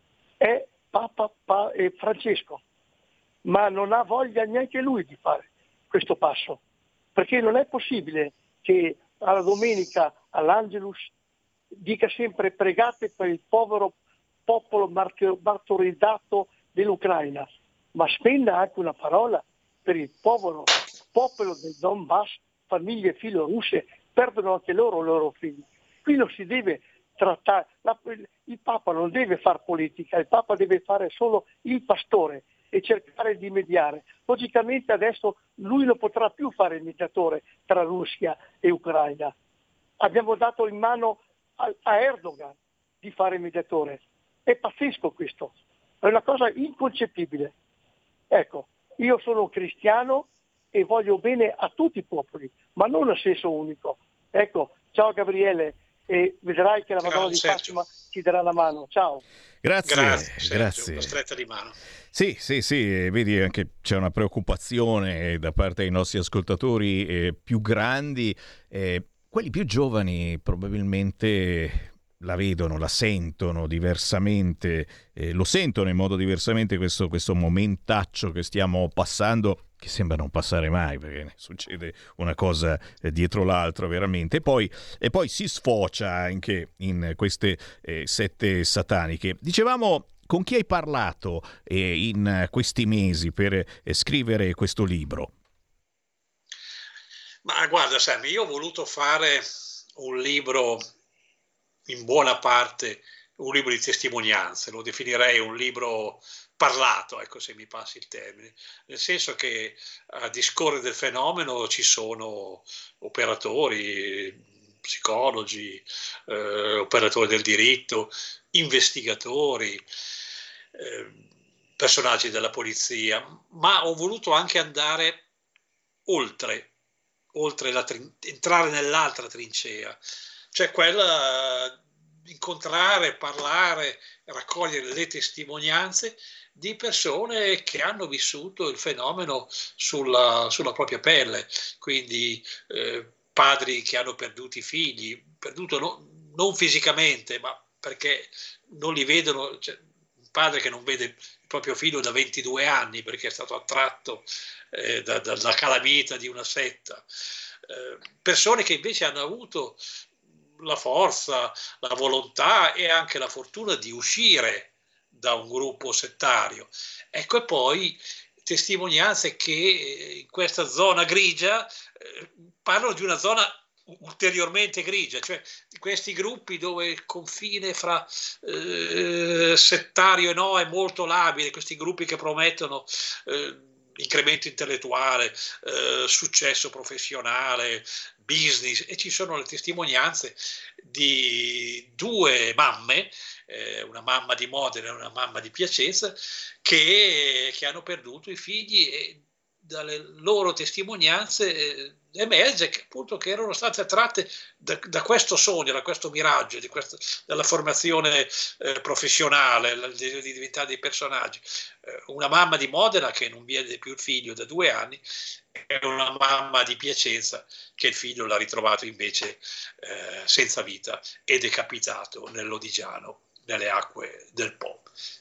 è Papa pa- eh, Francesco, ma non ha voglia neanche lui di fare questo passo, perché non è possibile che alla domenica all'Angelus dica sempre pregate per il povero popolo martir- martirizzato dell'Ucraina, ma spenda anche una parola per il povero popolo del Donbass, famiglie filorusse, perdono anche loro i loro figli. Qui non si deve trattare, la, il Papa non deve fare politica, il Papa deve fare solo il pastore e cercare di mediare. Logicamente adesso lui non potrà più fare il mediatore tra Russia e Ucraina. Abbiamo dato in mano a, a Erdogan di fare il mediatore. È pazzesco questo, è una cosa inconcepibile. Ecco, io sono cristiano e voglio bene a tutti i popoli, ma non a senso unico. Ecco, ciao Gabriele, e vedrai che la Madonna di Fatima ci darà la mano. Ciao. Grazie, grazie, Sergio, grazie. una stretta di mano. Sì, sì, sì, vedi anche c'è una preoccupazione da parte dei nostri ascoltatori eh, più grandi, eh, quelli più giovani probabilmente la vedono, la sentono diversamente, eh, lo sentono in modo diversamente questo, questo momentaccio che stiamo passando, che sembra non passare mai, perché ne succede una cosa dietro l'altra veramente, e poi, e poi si sfocia anche in queste eh, sette sataniche. Dicevamo, con chi hai parlato eh, in questi mesi per eh, scrivere questo libro? Ma guarda Sammy, io ho voluto fare un libro in buona parte, un libro di testimonianze, lo definirei un libro parlato, ecco, se mi passi il termine, nel senso che a discorrere del fenomeno ci sono operatori, psicologi, eh, operatori del diritto, investigatori, eh, personaggi della polizia, ma ho voluto anche andare oltre, oltre la trin- entrare nell'altra trincea, cioè quella incontrare, parlare, raccogliere le testimonianze di persone che hanno vissuto il fenomeno sulla, sulla propria pelle, quindi eh, padri che hanno perduto i figli, perduto no, non fisicamente, ma perché non li vedono, cioè, un padre che non vede il proprio figlio da ventidue anni perché è stato attratto eh, da, da, dalla calamita di una setta, eh, persone che invece hanno avuto la forza, la volontà e anche la fortuna di uscire da un gruppo settario. Ecco, e poi testimonianze che in questa zona grigia eh, parlano di una zona ulteriormente grigia, cioè di questi gruppi dove il confine fra eh, settario e no è molto labile, questi gruppi che promettono eh, incremento intellettuale, eh, successo professionale, business, e ci sono le testimonianze di due mamme, eh, una mamma di Modena e una mamma di Piacenza, che, che hanno perduto i figli, e dalle loro testimonianze eh, emerge che appunto che erano state attratte da, da questo sogno, da questo miraggio, di questa, dalla formazione eh, professionale, il desiderio di diventare dei personaggi. Eh, una mamma di Modena che non vede più il figlio da due anni, e una mamma di Piacenza che il figlio l'ha ritrovato invece eh, senza vita e decapitato nell'Odigiano, nelle acque del Po.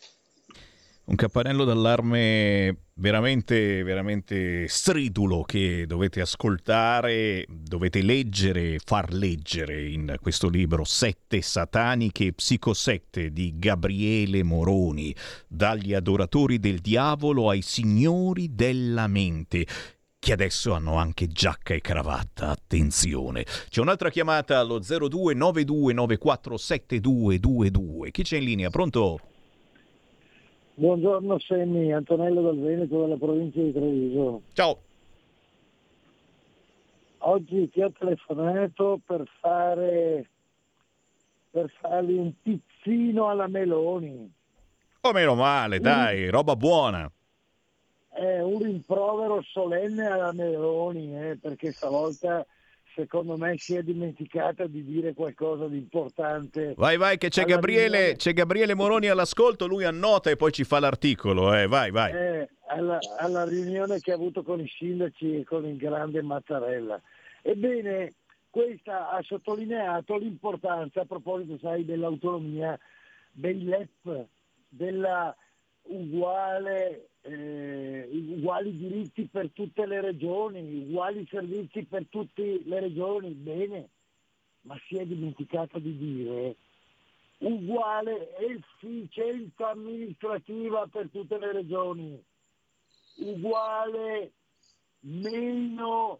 Un campanello d'allarme veramente, veramente stridulo che dovete ascoltare, dovete leggere, far leggere in questo libro Sette sataniche psicosette di Gabriele Moroni, dagli adoratori del diavolo ai signori della mente, che adesso hanno anche giacca e cravatta, attenzione. C'è un'altra chiamata allo zero due nove due nove quattro sette due due due. Chi c'è in linea? Pronto? Buongiorno Semmi, Antonello dal Veneto, dalla provincia di Treviso. Ciao. Oggi ti ho telefonato per fare per fargli un pizzino alla Meloni. Oh, meno male, dai, roba buona. È un rimprovero solenne alla Meloni, eh, perché stavolta secondo me si è dimenticata di dire qualcosa di importante. Vai, vai, che c'è Gabriele, riunione... c'è Gabriele Moroni all'ascolto, lui annota e poi ci fa l'articolo, eh, vai, vai. Eh, alla, alla riunione che ha avuto con i sindaci e con il grande Mattarella. Ebbene, questa ha sottolineato l'importanza, a proposito, sai, dell'autonomia, dei L E P, della uguale... Eh, uguali diritti per tutte le regioni, uguali servizi per tutte le regioni, bene, ma si è dimenticato di dire uguale efficienza amministrativa per tutte le regioni, uguale meno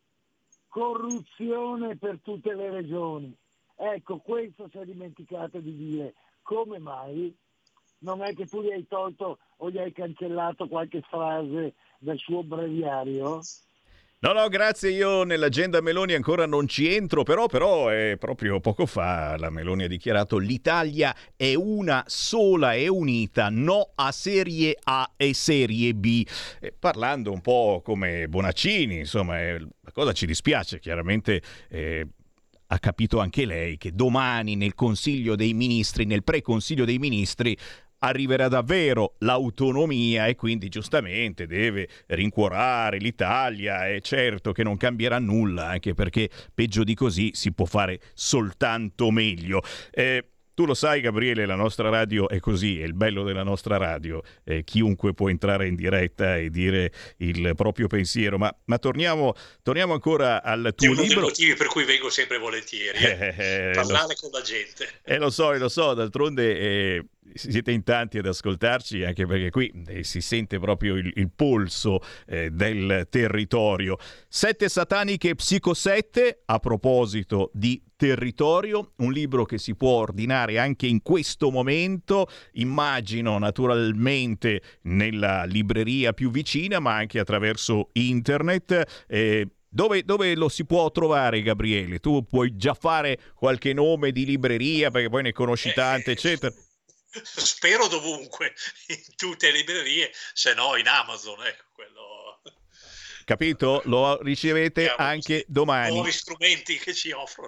corruzione per tutte le regioni. Ecco, questo si è dimenticato di dire. Come mai? Non è che tu gli hai tolto o gli hai cancellato qualche frase dal suo breviario? No, no, grazie, io nell'agenda Meloni ancora non ci entro, però, però è proprio poco fa la Meloni ha dichiarato: l'Italia è una sola e unita, no a serie A e serie B, eh, parlando un po' come Bonaccini, insomma, eh, la cosa ci dispiace, chiaramente. Eh, ha capito anche lei che domani nel Consiglio dei Ministri, nel pre-Consiglio dei Ministri, arriverà davvero l'autonomia e quindi giustamente deve rincuorare l'Italia. È certo che non cambierà nulla, anche perché peggio di così si può fare soltanto meglio. Eh, tu lo sai, Gabriele, la nostra radio è così, è il bello della nostra radio, eh, chiunque può entrare in diretta e dire il proprio pensiero, ma, ma torniamo, torniamo ancora al tuo libro. È uno dei motivi per cui vengo sempre volentieri, eh, eh, parlare lo, con la gente. Eh, lo so, lo so, d'altronde eh, siete in tanti ad ascoltarci, anche perché qui eh, si sente proprio il, il polso eh, del territorio. Sette sataniche psicosette, a proposito di territorio, un libro che si può ordinare anche in questo momento, immagino naturalmente nella libreria più vicina, ma anche attraverso internet. Eh, dove, dove lo si può trovare, Gabriele? Tu puoi già fare qualche nome di libreria, perché poi ne conosci tante, eccetera. Spero dovunque, in tutte le librerie, se no in Amazon, ecco quello. Capito? Lo ricevete anche domani. Nuovi strumenti che ci offrono.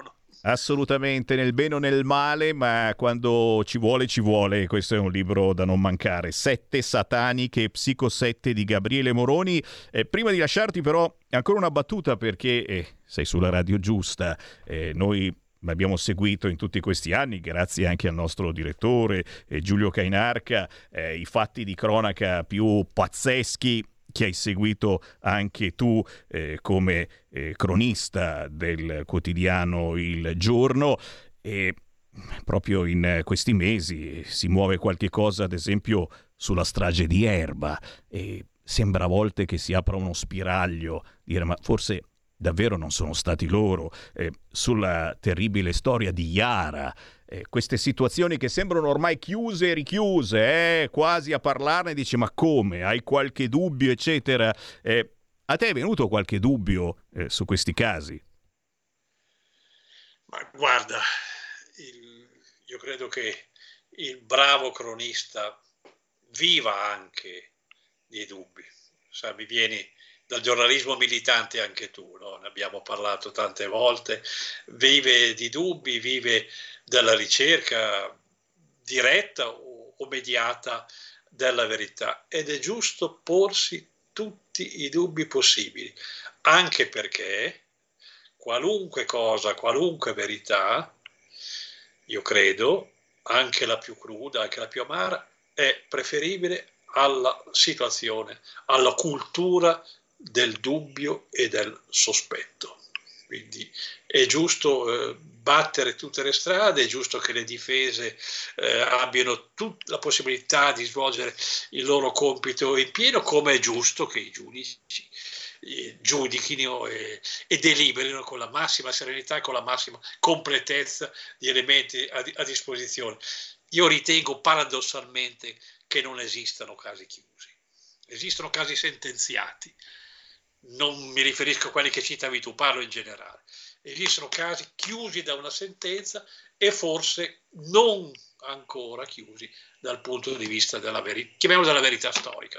Assolutamente, nel bene o nel male, ma quando ci vuole ci vuole. Questo è un libro da non mancare. Sette sataniche e psicosette di Gabriele Moroni. Eh, prima di lasciarti però ancora una battuta, perché eh, sei sulla radio giusta. Eh, noi abbiamo seguito in tutti questi anni, grazie anche al nostro direttore eh, Giulio Cainarca, eh, i fatti di cronaca più pazzeschi che hai seguito anche tu eh, come eh, cronista del quotidiano Il Giorno, e proprio in questi mesi si muove qualche cosa, ad esempio sulla strage di Erba, e sembra a volte che si apra uno spiraglio, dire ma forse davvero non sono stati loro, eh, sulla terribile storia di Iara. Eh, queste situazioni che sembrano ormai chiuse e richiuse, eh, quasi a parlarne dici ma come, hai qualche dubbio eccetera. Eh, a te è venuto qualche dubbio eh, su questi casi? Ma guarda, il, io credo che il bravo cronista viva anche dei dubbi. Sai, mi vieni dal giornalismo militante anche tu, no? Ne abbiamo parlato tante volte, vive di dubbi, vive della ricerca diretta o, o mediata della verità, ed è giusto porsi tutti i dubbi possibili, anche perché qualunque cosa, qualunque verità, io credo, anche la più cruda, anche la più amara, è preferibile alla situazione, alla cultura del dubbio e del sospetto. Quindi è giusto eh, battere tutte le strade, è giusto che le difese eh, abbiano tut- la possibilità di svolgere il loro compito in pieno, come è giusto che i giudici eh, giudichino e, e deliberino con la massima serenità e con la massima completezza di elementi a, a disposizione. Io ritengo paradossalmente che non esistano casi chiusi, esistono casi sentenziati. Non mi riferisco a quelli che citavi tu, parlo in generale. Esistono casi chiusi da una sentenza e forse non ancora chiusi dal punto di vista della verità, chiamiamolo della verità storica.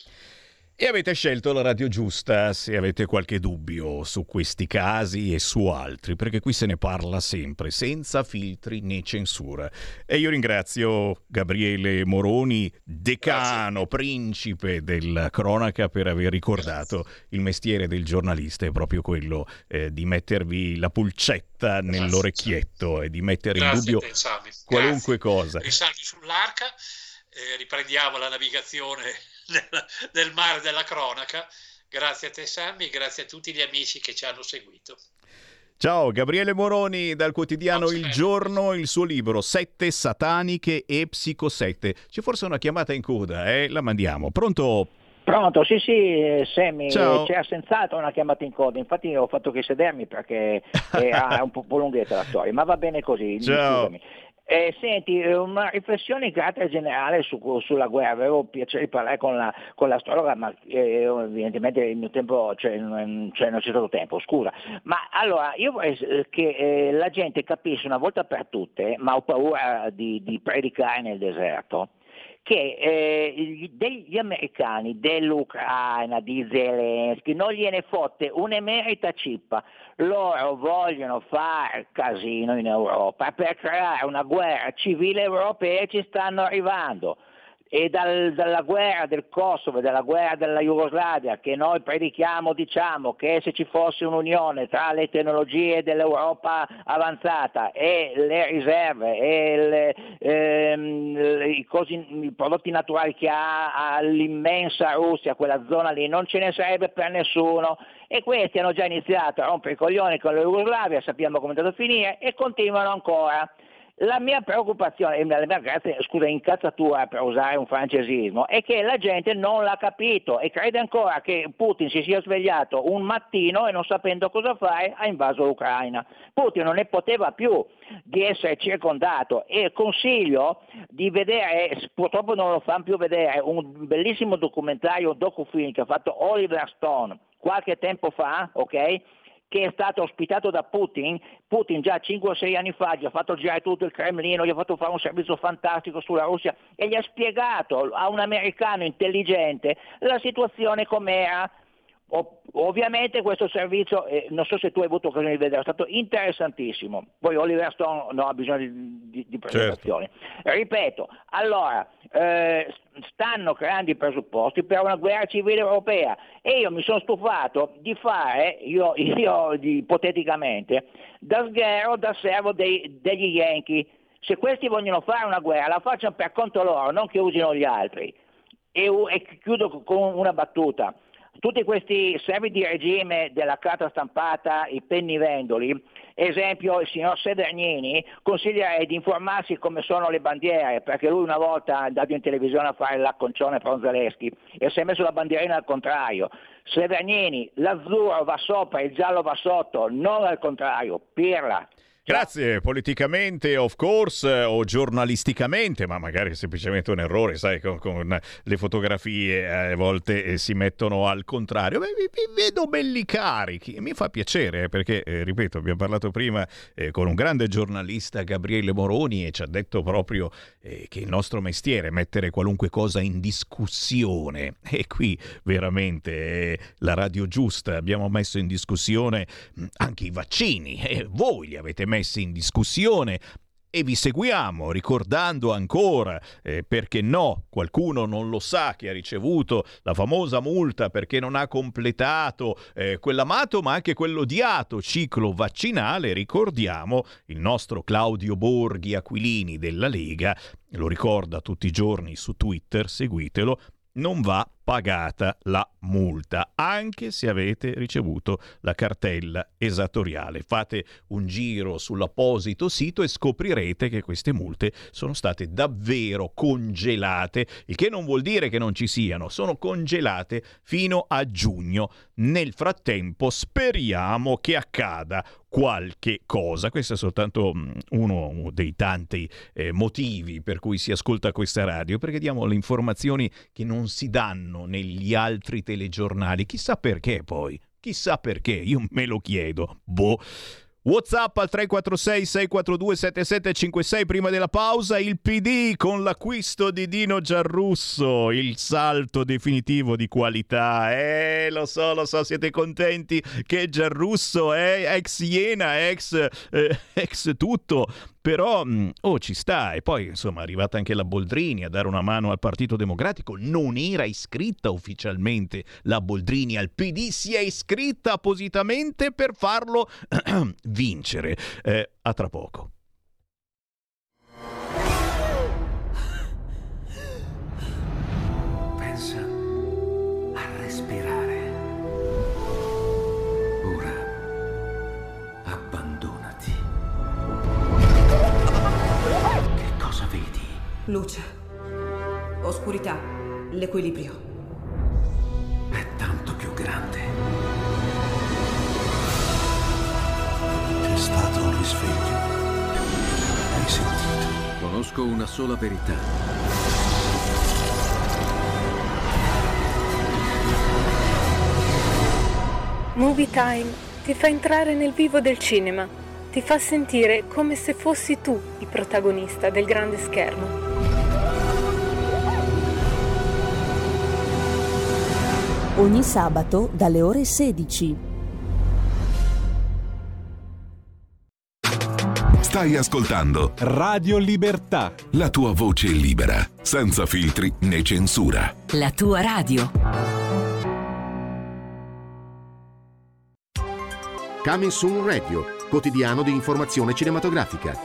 E avete scelto la radio giusta se avete qualche dubbio su questi casi e su altri, perché qui se ne parla sempre, senza filtri né censura. E io ringrazio Gabriele Moroni, decano, Grazie. principe della cronaca, per aver ricordato Grazie. il mestiere del giornalista è proprio quello eh, di mettervi la pulcetta Grazie. nell'orecchietto e di mettere Grazie in dubbio qualunque Grazie. cosa. Risalvi sull'arca, eh, riprendiamo la navigazione Nel, nel mare della cronaca. Grazie a te Sammy, grazie a tutti gli amici che ci hanno seguito. Ciao, Gabriele Moroni dal quotidiano Il Giorno, il suo libro Sette sataniche e psicosette. C'è forse una chiamata in coda, eh? La mandiamo. Pronto? Pronto, sì sì, Sammy, Ciao. c'è senz'altro una chiamata in coda, infatti ho fatto che sedermi perché è un po' lunghetta la storia, ma va bene così, Ciao. scusami. Eh, senti, una riflessione in carattere generale su, sulla guerra. Avevo piacere di parlare con la, con l'astrologa, ma eh, evidentemente il mio tempo, cioè, non, cioè, non c'è stato tempo, scusa. Ma allora, io vorrei che eh, la gente capisse una volta per tutte, ma ho paura di, di predicare nel deserto, che eh, degli americani, dell'Ucraina, di Zelensky, non gliene fotte un'emerita cippa. Loro vogliono fare casino in Europa per creare una guerra civile europea e ci stanno arrivando. E dal, dalla guerra del Kosovo e dalla guerra della Jugoslavia, che noi predichiamo, diciamo che se ci fosse un'unione tra le tecnologie dell'Europa avanzata e le riserve e le, ehm, i, cosi, i prodotti naturali che ha, ha l'immensa Russia, quella zona lì, non ce ne sarebbe per nessuno. E questi hanno già iniziato a rompere i coglioni con la Jugoslavia, sappiamo come è andato a finire, e continuano ancora. La mia preoccupazione, la mia grazie, scusa, incazzatura per usare un francesismo, è che la gente non l'ha capito e crede ancora che Putin si sia svegliato un mattino e non sapendo cosa fare ha invaso l'Ucraina. Putin non ne poteva più di essere circondato e consiglio di vedere, purtroppo non lo fanno più vedere, un bellissimo documentario, un docufilm che ha fatto Oliver Stone qualche tempo fa, ok? Che è stato ospitato da Putin. Putin già cinque o sei anni fa gli ha fatto girare tutto il Cremlino, gli ha fatto fare un servizio fantastico sulla Russia e gli ha spiegato a un americano intelligente la situazione com'era. Ov- ovviamente questo servizio, eh, non so se tu hai avuto occasione di vedere, è stato interessantissimo. Poi Oliver Stone non ha bisogno di, di, di presentazioni. Certo. Ripeto, allora, eh, stanno creando i presupposti per una guerra civile europea e io mi sono stufato di fare, io, io ipoteticamente, da sghero, da servo dei, degli Yankee. Se questi vogliono fare una guerra, la facciano per conto loro, non che usino gli altri. E, e chiudo con una battuta. Tutti questi servi di regime della carta stampata, i pennivendoli, esempio il signor Severgnini, consiglierei di informarsi come sono le bandiere, perché lui una volta è andato in televisione a fare l'acconcione per Zaleschi e si è messo la bandierina al contrario. Severgnini, l'azzurro va sopra, il giallo va sotto, non al contrario, pirla. Grazie, politicamente, of course, o giornalisticamente, ma magari è semplicemente un errore, sai, con, con le fotografie a volte eh, si mettono al contrario. Beh, vi, vi vedo belli carichi, mi fa piacere, perché, eh, ripeto, abbiamo parlato prima eh, con un grande giornalista, Gabriele Moroni, e ci ha detto proprio eh, che il nostro mestiere è mettere qualunque cosa in discussione, e qui veramente eh, la radio giusta, abbiamo messo in discussione mh, anche i vaccini, e voi li avete messi in discussione e vi seguiamo ricordando ancora, eh, perché no, qualcuno non lo sa, che ha ricevuto la famosa multa perché non ha completato eh, quell'amato ma anche quell'odiato ciclo vaccinale. Ricordiamo il nostro Claudio Borghi Aquilini della Lega, lo ricorda tutti i giorni su Twitter, seguitelo, non va pagata la multa, anche se avete ricevuto la cartella esattoriale. Fate un giro sull'apposito sito e scoprirete che queste multe sono state davvero congelate, il che non vuol dire che non ci siano, sono congelate fino a giugno. Nel frattempo speriamo che accada qualche cosa. Questo è soltanto uno dei tanti eh, motivi per cui si ascolta questa radio, perché diamo le informazioni che non si danno negli altri telegiornali. Chissà perché poi, chissà perché, io me lo chiedo. Boh. WhatsApp al tre quattro sei sei quattro due sette sette cinque sei. Prima della pausa il P D con l'acquisto di Dino Giarrusso, il salto definitivo di qualità. Eh, lo so, lo so, siete contenti che Giarrusso è ex Iena, ex, eh, ex tutto. Però, oh, ci sta. E poi, insomma, è arrivata anche la Boldrini a dare una mano al Partito Democratico. Non era iscritta ufficialmente la Boldrini al P D, si è iscritta appositamente per farlo vincere. Eh, a tra poco. Pensa a respirare. Ora abbandonati. Che cosa vedi? Luce, oscurità, l'equilibrio. È tanto più grande. È stato un risveglio. Hai sentito? Conosco una sola verità. Movie Time ti fa entrare nel vivo del cinema, ti fa sentire come se fossi tu il protagonista del grande schermo. Ogni sabato dalle ore sedici. Stai ascoltando Radio Libertà, la tua voce libera, senza filtri né censura. La tua radio. Coming Soon Radio, quotidiano di informazione cinematografica.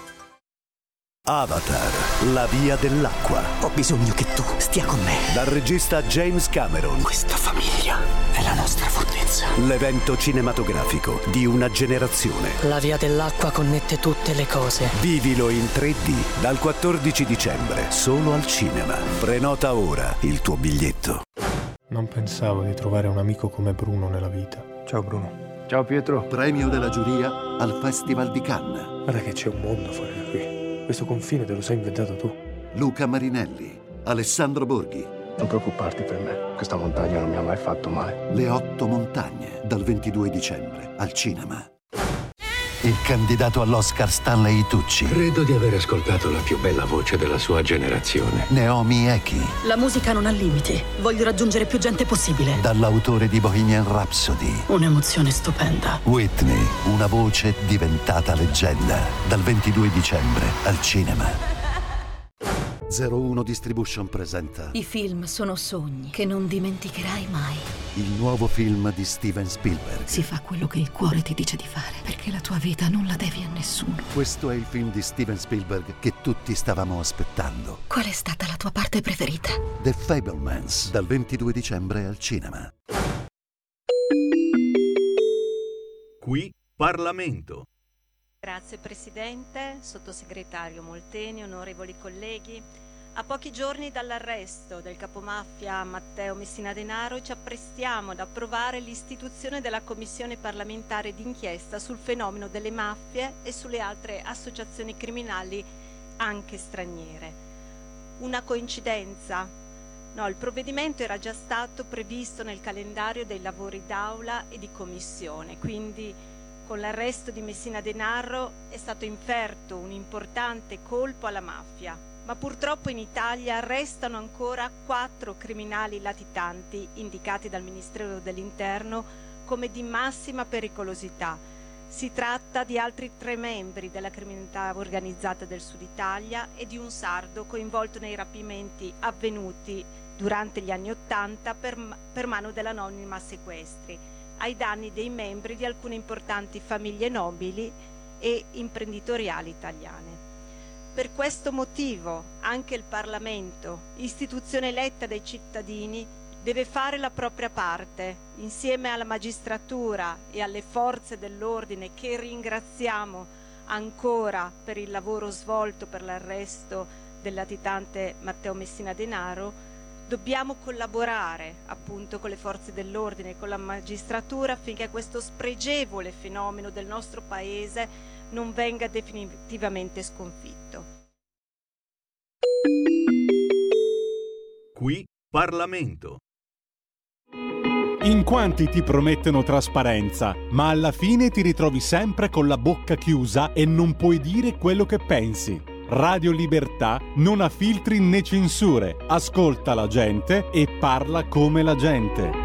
Avatar, la via dell'acqua. Ho bisogno che tu stia con me. Dal regista James Cameron. Questa famiglia è la nostra fortezza. L'evento cinematografico di una generazione. La via dell'acqua connette tutte le cose. Vivilo in tre D dal quattordici dicembre, solo al cinema. Prenota ora il tuo biglietto. Non pensavo di trovare un amico come Bruno nella vita. Ciao Bruno. Ciao Pietro. Premio della giuria al Festival di Cannes. Guarda che c'è un mondo fuori da qui. Questo confine te lo sei inventato tu. Luca Marinelli, Alessandro Borghi. Non preoccuparti per me, questa montagna non mi ha mai fatto male. Le otto montagne, dal ventidue dicembre al cinema. il candidato all'Oscar Stanley Tucci. Credo di aver ascoltato la più bella voce della sua generazione. Naomi Eki. La musica non ha limiti. Voglio raggiungere più gente possibile. Dall'autore di Bohemian Rhapsody. Un'emozione stupenda. Whitney, una voce diventata leggenda. Dal ventidue dicembre al cinema. zero uno Distribution presenta I film sono sogni che non dimenticherai mai. il nuovo film di Steven Spielberg. Si fa quello che il cuore ti dice di fare, perché la tua vita non la devi a nessuno. Questo è il film di Steven Spielberg che tutti stavamo aspettando. Qual è stata la tua parte preferita? The Fabelmans, dal ventidue dicembre al cinema. Qui Parlamento. Grazie Presidente, Sottosegretario Molteni, onorevoli colleghi. A pochi giorni dall'arresto del capomafia Matteo Messina Denaro ci apprestiamo ad approvare l'istituzione della Commissione parlamentare d'inchiesta sul fenomeno delle mafie e sulle altre associazioni criminali anche straniere. Una coincidenza? No, il provvedimento era già stato previsto nel calendario dei lavori d'Aula e di Commissione, quindi con l'arresto di Messina Denaro è stato inferto un importante colpo alla mafia, ma purtroppo in Italia restano ancora quattro criminali latitanti indicati dal Ministero dell'Interno come di massima pericolosità. Si tratta di altri tre membri della criminalità organizzata del Sud Italia e di un sardo coinvolto nei rapimenti avvenuti durante gli anni Ottanta per, per mano dell'anonima Sequestri, ai danni dei membri di alcune importanti famiglie nobili e imprenditoriali italiane. Per questo motivo anche il Parlamento, istituzione eletta dai cittadini, deve fare la propria parte, insieme alla magistratura e alle forze dell'ordine che ringraziamo ancora per il lavoro svolto per l'arresto del latitante Matteo Messina Denaro. Dobbiamo collaborare appunto con le forze dell'ordine e con la magistratura affinché questo spregevole fenomeno del nostro Paese non venga definitivamente sconfitto. Qui Parlamento. In quanti ti promettono trasparenza, ma alla fine ti ritrovi sempre con la bocca chiusa e non puoi dire quello che pensi. Radio Libertà non ha filtri né censure, ascolta la gente e parla come la gente.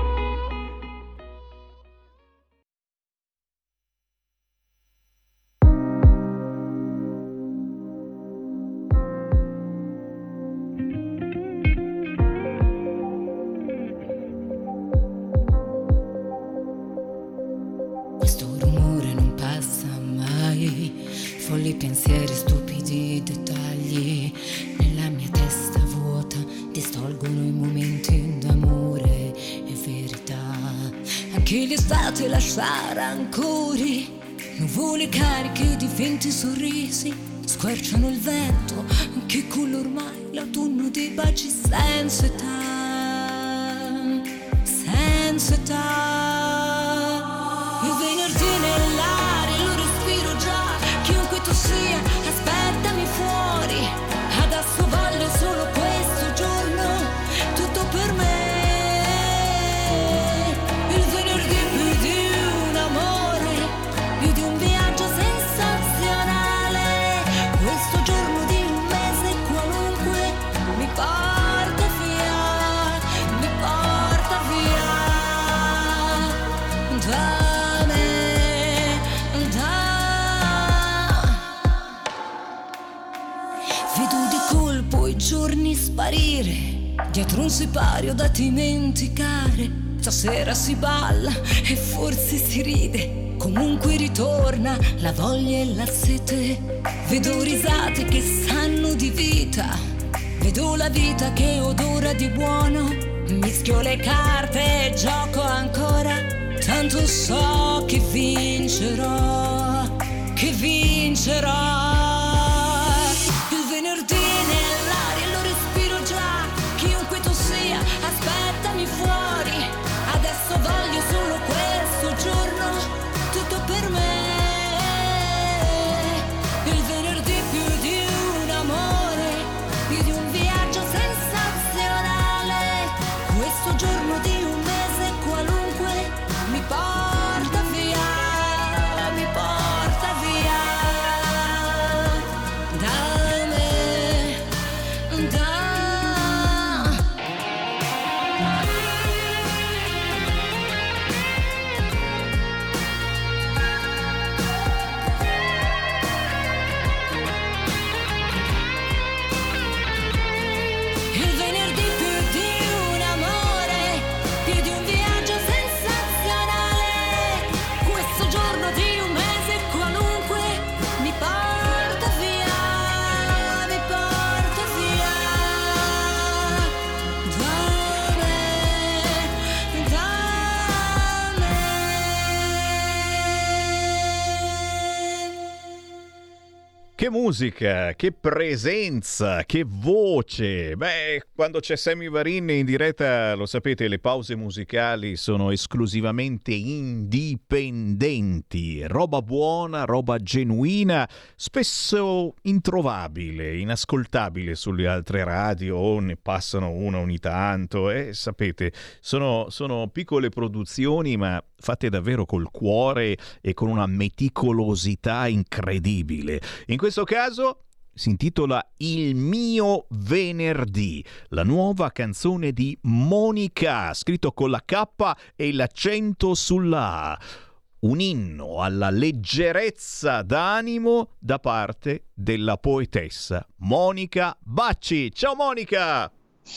Questo rumore non passa mai, folli pensieri, stupidi dettagli nella mia testa vuota distolgono i momenti d'amore e verità. Anche l'estate lascia rancori, nuvole cariche di finti sorrisi squarciano il vento che culla ormai l'autunno dei baci senza età, senza età. Il venerdì nell'aria lo respiro già, chiunque tu sia, aspettami fuori. Adesso voglio solo questo giorno, tutto per me. Il venerdì più di un amore, più di un viaggio sensazionale. Questo giorno di un mese qualunque mi porta via, mi porta via da i giorni sparire dietro un sipario da dimenticare. Stasera si balla e forse si ride, comunque ritorna la voglia e la sete. Vedo risate che sanno di vita, vedo la vita che odora di buono. Mischio le carte e gioco ancora, tanto so che vincerò, che vincerò. Il venerdì nell'aria lo respiro già, chiunque tu sia, aspettami fuori. Adesso voglio solo questo giorno, tutto per me. Il venerdì più di un amore, più di un viaggio sensazionale. Questo giorno di un mese qualunque mi porta via, mi porta che musica, che presenza, che voce. Beh, quando c'è Sammy Varin in diretta, lo sapete, le pause musicali sono esclusivamente indipendenti. Roba buona, roba genuina, spesso introvabile, inascoltabile sulle altre radio, o ne passano una ogni tanto. E sapete, sono, sono piccole produzioni, ma fatte davvero col cuore e con una meticolosità incredibile. In questo caso si intitola Il mio venerdì, la nuova canzone di Monica, scritto con la K e l'accento sulla A. Un inno alla leggerezza d'animo da parte della poetessa Monica Bacci. Ciao Monica!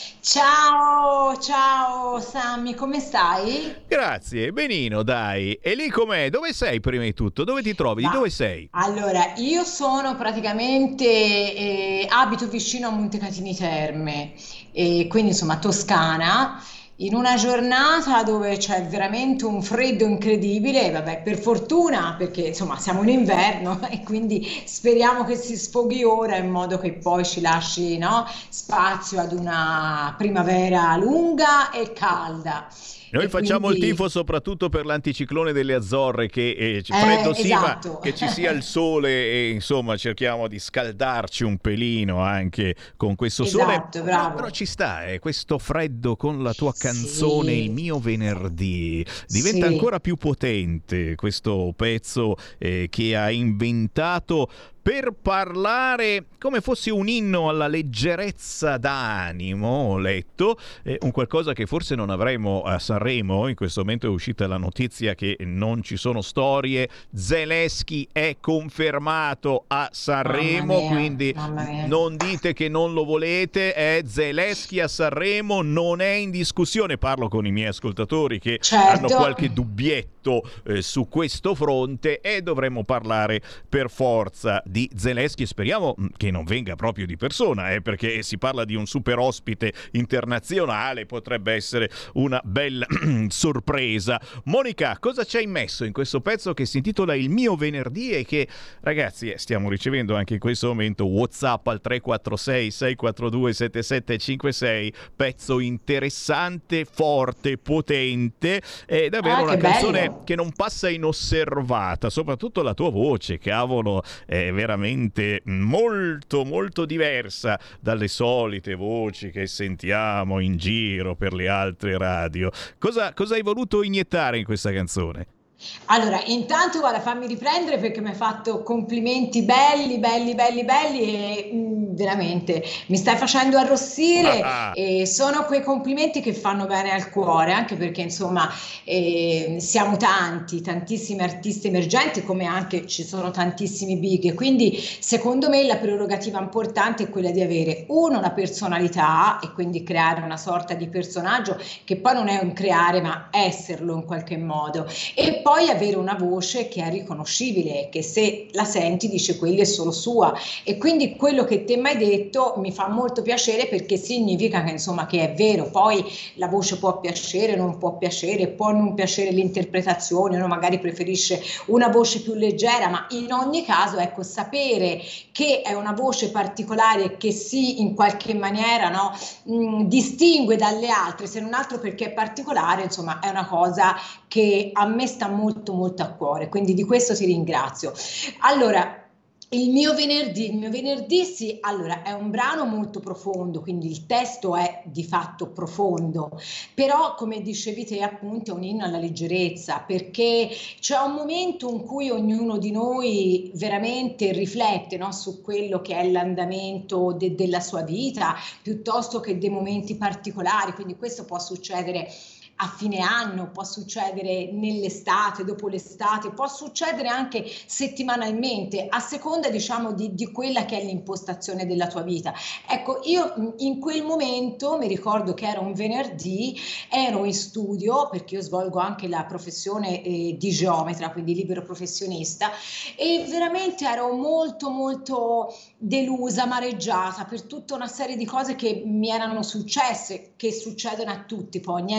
Ciao, ciao Sammy, come stai? Grazie, benino, dai. E lì com'è? Dove sei prima di tutto? Dove ti trovi? Ma, di dove sei? Allora, io sono praticamente, eh, abito vicino a Montecatini Terme, e quindi insomma Toscana, in una giornata dove c'è veramente un freddo incredibile. Vabbè, per fortuna, perché insomma siamo in inverno e quindi speriamo che si sfoghi ora, in modo che poi ci lasci, no, spazio ad una primavera lunga e calda. Noi e facciamo quindi... il tifo soprattutto per l'anticiclone delle Azzorre, che eh, freddo eh, sì, esatto. ma che ci sia il sole e insomma cerchiamo di scaldarci un pelino anche con questo esatto, sole. bravo. Però ci sta, eh, questo freddo con la tua canzone, sì. Il mio venerdì, diventa sì. ancora più potente questo pezzo eh, che ha inventato per parlare come fosse un inno alla leggerezza d'animo, ho letto, eh, un qualcosa che forse non avremo a Sanremo. In questo momento è uscita la notizia che non ci sono storie, Zelensky è confermato a Sanremo, mia, quindi non dite che non lo volete, è Zelensky a Sanremo, non è in discussione. Parlo con i miei ascoltatori che certo. hanno qualche dubbietto eh, su questo fronte, e dovremmo parlare per forza di Zelensky. Speriamo che non venga proprio di persona, eh, perché si parla di un super ospite internazionale, potrebbe essere una bella sorpresa. Monica, cosa ci hai messo in questo pezzo che si intitola Il mio venerdì e che, ragazzi, eh, stiamo ricevendo anche in questo momento WhatsApp al tre quattro sei sei quattro due sette sette cinque sei, pezzo interessante, forte, potente, è davvero ah, una canzone bello. Che non passa inosservata, soprattutto la tua voce, cavolo, è veramente molto molto diversa dalle solite voci che sentiamo in giro per le altre radio. Cosa, cosa hai voluto iniettare in questa canzone? Allora, intanto guarda, fammi riprendere perché mi hai fatto complimenti belli, belli, belli, belli e mh, veramente mi stai facendo arrossire e sono quei complimenti che fanno bene al cuore, anche perché insomma eh, siamo tanti, tantissimi artisti emergenti, come anche ci sono tantissimi big, quindi secondo me la prerogativa importante è quella di avere uno, una personalità, e quindi creare una sorta di personaggio che poi non è un creare ma esserlo in qualche modo, e poi avere una voce che è riconoscibile, che se la senti dice quella è solo sua, e quindi quello che te mi hai detto mi fa molto piacere, perché significa che insomma che è vero. Poi la voce può piacere, non può piacere, può non piacere l'interpretazione, uno magari preferisce una voce più leggera, ma in ogni caso ecco, sapere che è una voce particolare che si in qualche maniera, no, mh, distingue dalle altre, se non altro perché è particolare, insomma è una cosa che a me sta molto molto a cuore, quindi di questo ti ringrazio. Allora, il mio venerdì, il mio venerdì sì, allora è un brano molto profondo, quindi il testo è di fatto profondo, però come dicevi te appunto è un inno alla leggerezza, perché c'è un momento in cui ognuno di noi veramente riflette, no, su quello che è l'andamento de- della sua vita, piuttosto che dei momenti particolari, quindi questo può succedere a fine anno, può succedere nell'estate, dopo l'estate, può succedere anche settimanalmente, a seconda diciamo di, di quella che è l'impostazione della tua vita. Ecco, io in quel momento mi ricordo che era un venerdì, ero in studio perché io svolgo anche la professione eh, di geometra, quindi libero professionista, e veramente ero molto molto delusa, amareggiata per tutta una serie di cose che mi erano successe, che succedono a tutti, poi niente di particolare.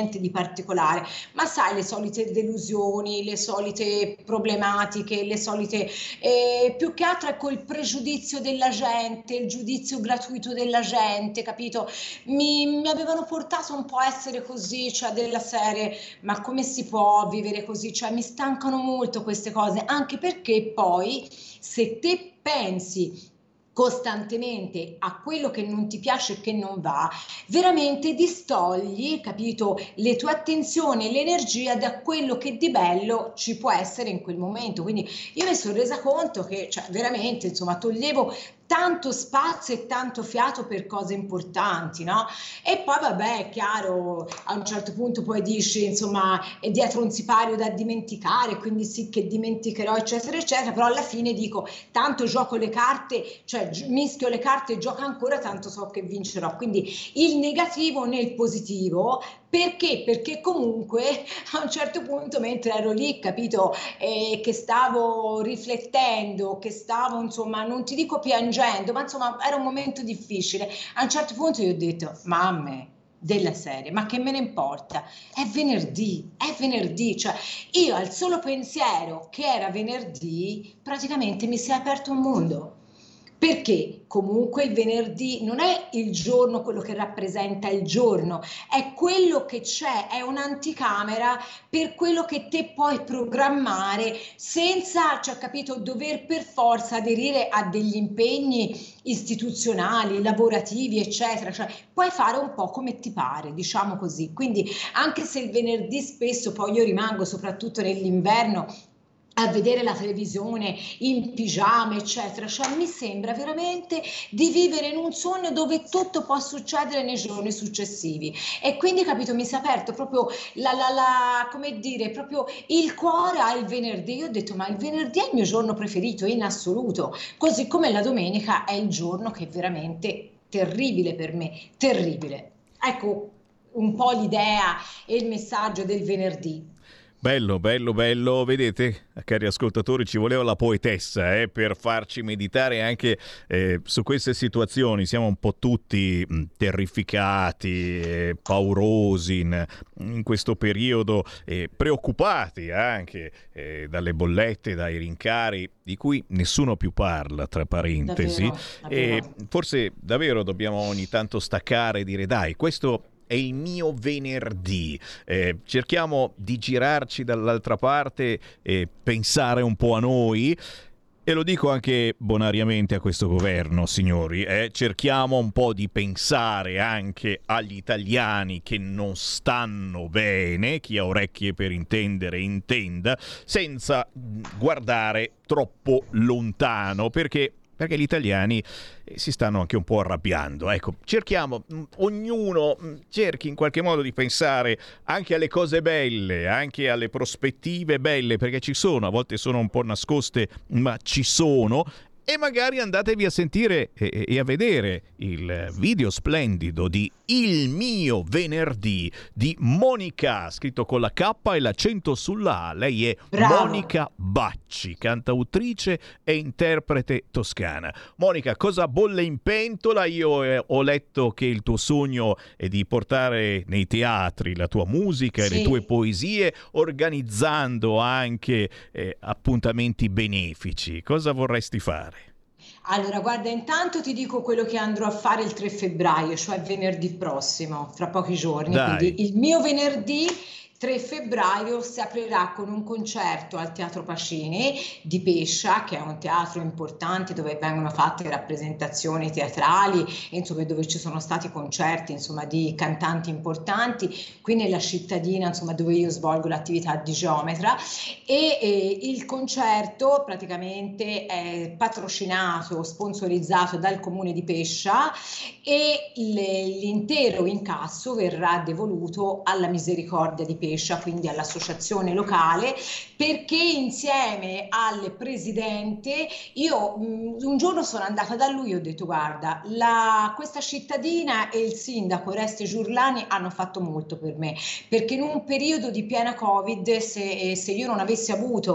particolare, ma sai, le solite delusioni, le solite problematiche, le solite, eh, più che altro ecco il pregiudizio della gente, il giudizio gratuito della gente, capito? Mi, mi avevano portato un po' a essere così, cioè della serie, ma come si può vivere così? Cioè mi stancano molto queste cose, anche perché poi se te pensi costantemente a quello che non ti piace e che non va, veramente distogli, capito, le tue attenzioni e l'energia da quello che di bello ci può essere in quel momento. Quindi io mi sono resa conto che, cioè, veramente, insomma, toglievo tanto spazio e tanto fiato per cose importanti, no? E poi vabbè, è chiaro, a un certo punto poi dici, insomma, è dietro un sipario da dimenticare, quindi sì che dimenticherò, eccetera, eccetera, però alla fine dico, tanto gioco le carte, cioè mischio le carte e gioco ancora, tanto so che vincerò. Quindi il negativo nel positivo. Perché? Perché comunque a un certo punto, mentre ero lì, capito, eh, che stavo riflettendo, che stavo, insomma, non ti dico piangendo, ma insomma era un momento difficile, a un certo punto io ho detto, mamme della serie, ma che me ne importa, è venerdì, è venerdì, cioè io al solo pensiero che era venerdì praticamente mi si è aperto un mondo. Perché comunque il venerdì non è il giorno, quello che rappresenta il giorno, è quello che c'è, è un'anticamera per quello che te puoi programmare senza, cioè, capito, dover per forza aderire a degli impegni istituzionali, lavorativi, eccetera, cioè puoi fare un po' come ti pare, diciamo così. Quindi anche se il venerdì spesso poi io rimango, soprattutto nell'inverno, a vedere la televisione in pigiama, eccetera, cioè mi sembra veramente di vivere in un sogno dove tutto può succedere nei giorni successivi. E quindi, capito, mi si è aperto proprio la, la, la, come dire, proprio il cuore al venerdì. Io ho detto, ma il venerdì è il mio giorno preferito in assoluto, così come la domenica è il giorno che è veramente terribile per me, terribile. Ecco un po' l'idea e il messaggio del venerdì. Bello, bello, bello. Vedete, cari ascoltatori, ci voleva la poetessa eh, per farci meditare anche eh, su queste situazioni. Siamo un po' tutti mh, terrificati, eh, paurosi in, in questo periodo, eh, preoccupati anche eh, dalle bollette, dai rincari, di cui nessuno più parla, tra parentesi. Davvero, davvero. E forse davvero dobbiamo ogni tanto staccare e dire, dai, questo è il mio venerdì, eh, cerchiamo di girarci dall'altra parte e pensare un po' a noi, e lo dico anche bonariamente a questo governo, signori, eh, cerchiamo un po' di pensare anche agli italiani che non stanno bene, chi ha orecchie per intendere intenda, senza guardare troppo lontano, perché perché gli italiani si stanno anche un po' arrabbiando. Ecco, cerchiamo, ognuno cerchi in qualche modo di pensare anche alle cose belle, anche alle prospettive belle, perché ci sono, a volte sono un po' nascoste, ma ci sono. E magari andatevi a sentire e, e a vedere il video splendido di Il mio venerdì di Monica, scritto con la K e l'accento sulla A. Lei è Bravo. Monica Bacci, cantautrice e interprete toscana. Monica, cosa bolle in pentola? Io eh, ho letto che il tuo sogno è di portare nei teatri la tua musica e Sì. le tue poesie, organizzando anche eh, appuntamenti benefici. Cosa vorresti fare? Allora, guarda, intanto ti dico quello che andrò a fare il tre febbraio, cioè venerdì prossimo, fra pochi giorni. Dai. Quindi il mio venerdì tre febbraio si aprirà con un concerto al Teatro Pacini di Pescia, che è un teatro importante dove vengono fatte rappresentazioni teatrali, insomma, dove ci sono stati concerti, insomma, di cantanti importanti, qui nella cittadina, insomma, dove io svolgo l'attività di geometra. E eh, il concerto praticamente è patrocinato, sponsorizzato dal comune di Pescia, e le- l'intero incasso verrà devoluto alla Misericordia di Pescia, quindi all'associazione locale, perché insieme al presidente io mh, un giorno sono andata da lui e ho detto, guarda, la, questa cittadina e il sindaco Oreste Giurlani hanno fatto molto per me, perché in un periodo di piena Covid, se, se io non avessi avuto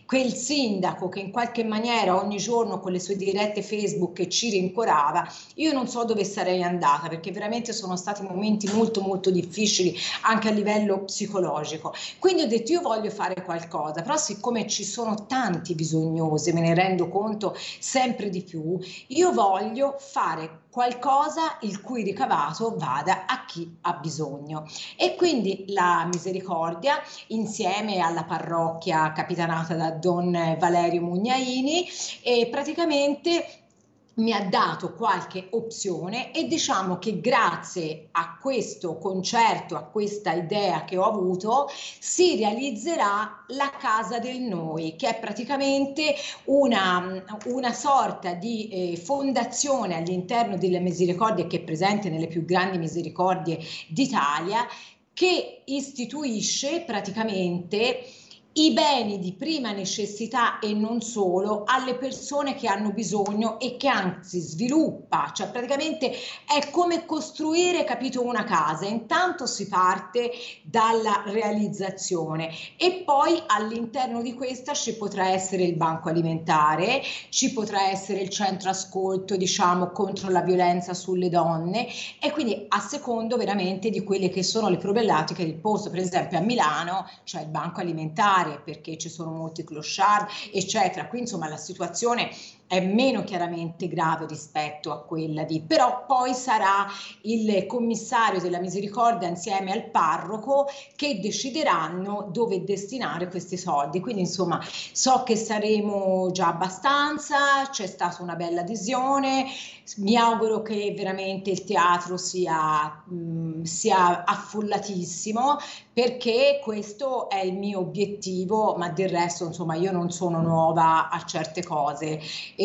quel sindaco che in qualche maniera ogni giorno con le sue dirette Facebook ci rincuorava, io non so dove sarei andata, perché veramente sono stati momenti molto molto difficili anche a livello psicologico. Quindi ho detto io voglio fare qualcosa, però siccome ci sono tanti bisognosi, me ne rendo conto sempre di più, io voglio fare qualcosa il cui ricavato vada a chi ha bisogno. E quindi la Misericordia, insieme alla parrocchia capitanata da Don Valerio Mugnaini, e praticamente mi ha dato qualche opzione, e diciamo che grazie a questo concerto, a questa idea che ho avuto, si realizzerà la Casa del Noi, che è praticamente una, una sorta di eh, fondazione all'interno delle Misericordie, che è presente nelle più grandi misericordie d'Italia, che istituisce praticamente i beni di prima necessità e non solo alle persone che hanno bisogno, e che anzi sviluppa, cioè praticamente è come costruire, capito, una casa. Intanto si parte dalla realizzazione e poi all'interno di questa ci potrà essere il banco alimentare, ci potrà essere il centro ascolto, diciamo, contro la violenza sulle donne, e quindi a secondo veramente di quelle che sono le problematiche del posto. Per esempio a Milano c'è il banco alimentare, perché ci sono molti clochard, eccetera. Qui insomma la situazione è meno chiaramente grave rispetto a quella di, però poi sarà il commissario della Misericordia insieme al parroco che decideranno dove destinare questi soldi. Quindi insomma so che saremo già abbastanza, c'è stata una bella adesione, mi auguro che veramente il teatro sia, mh, sia affollatissimo, perché questo è il mio obiettivo, ma del resto insomma io non sono nuova a certe cose.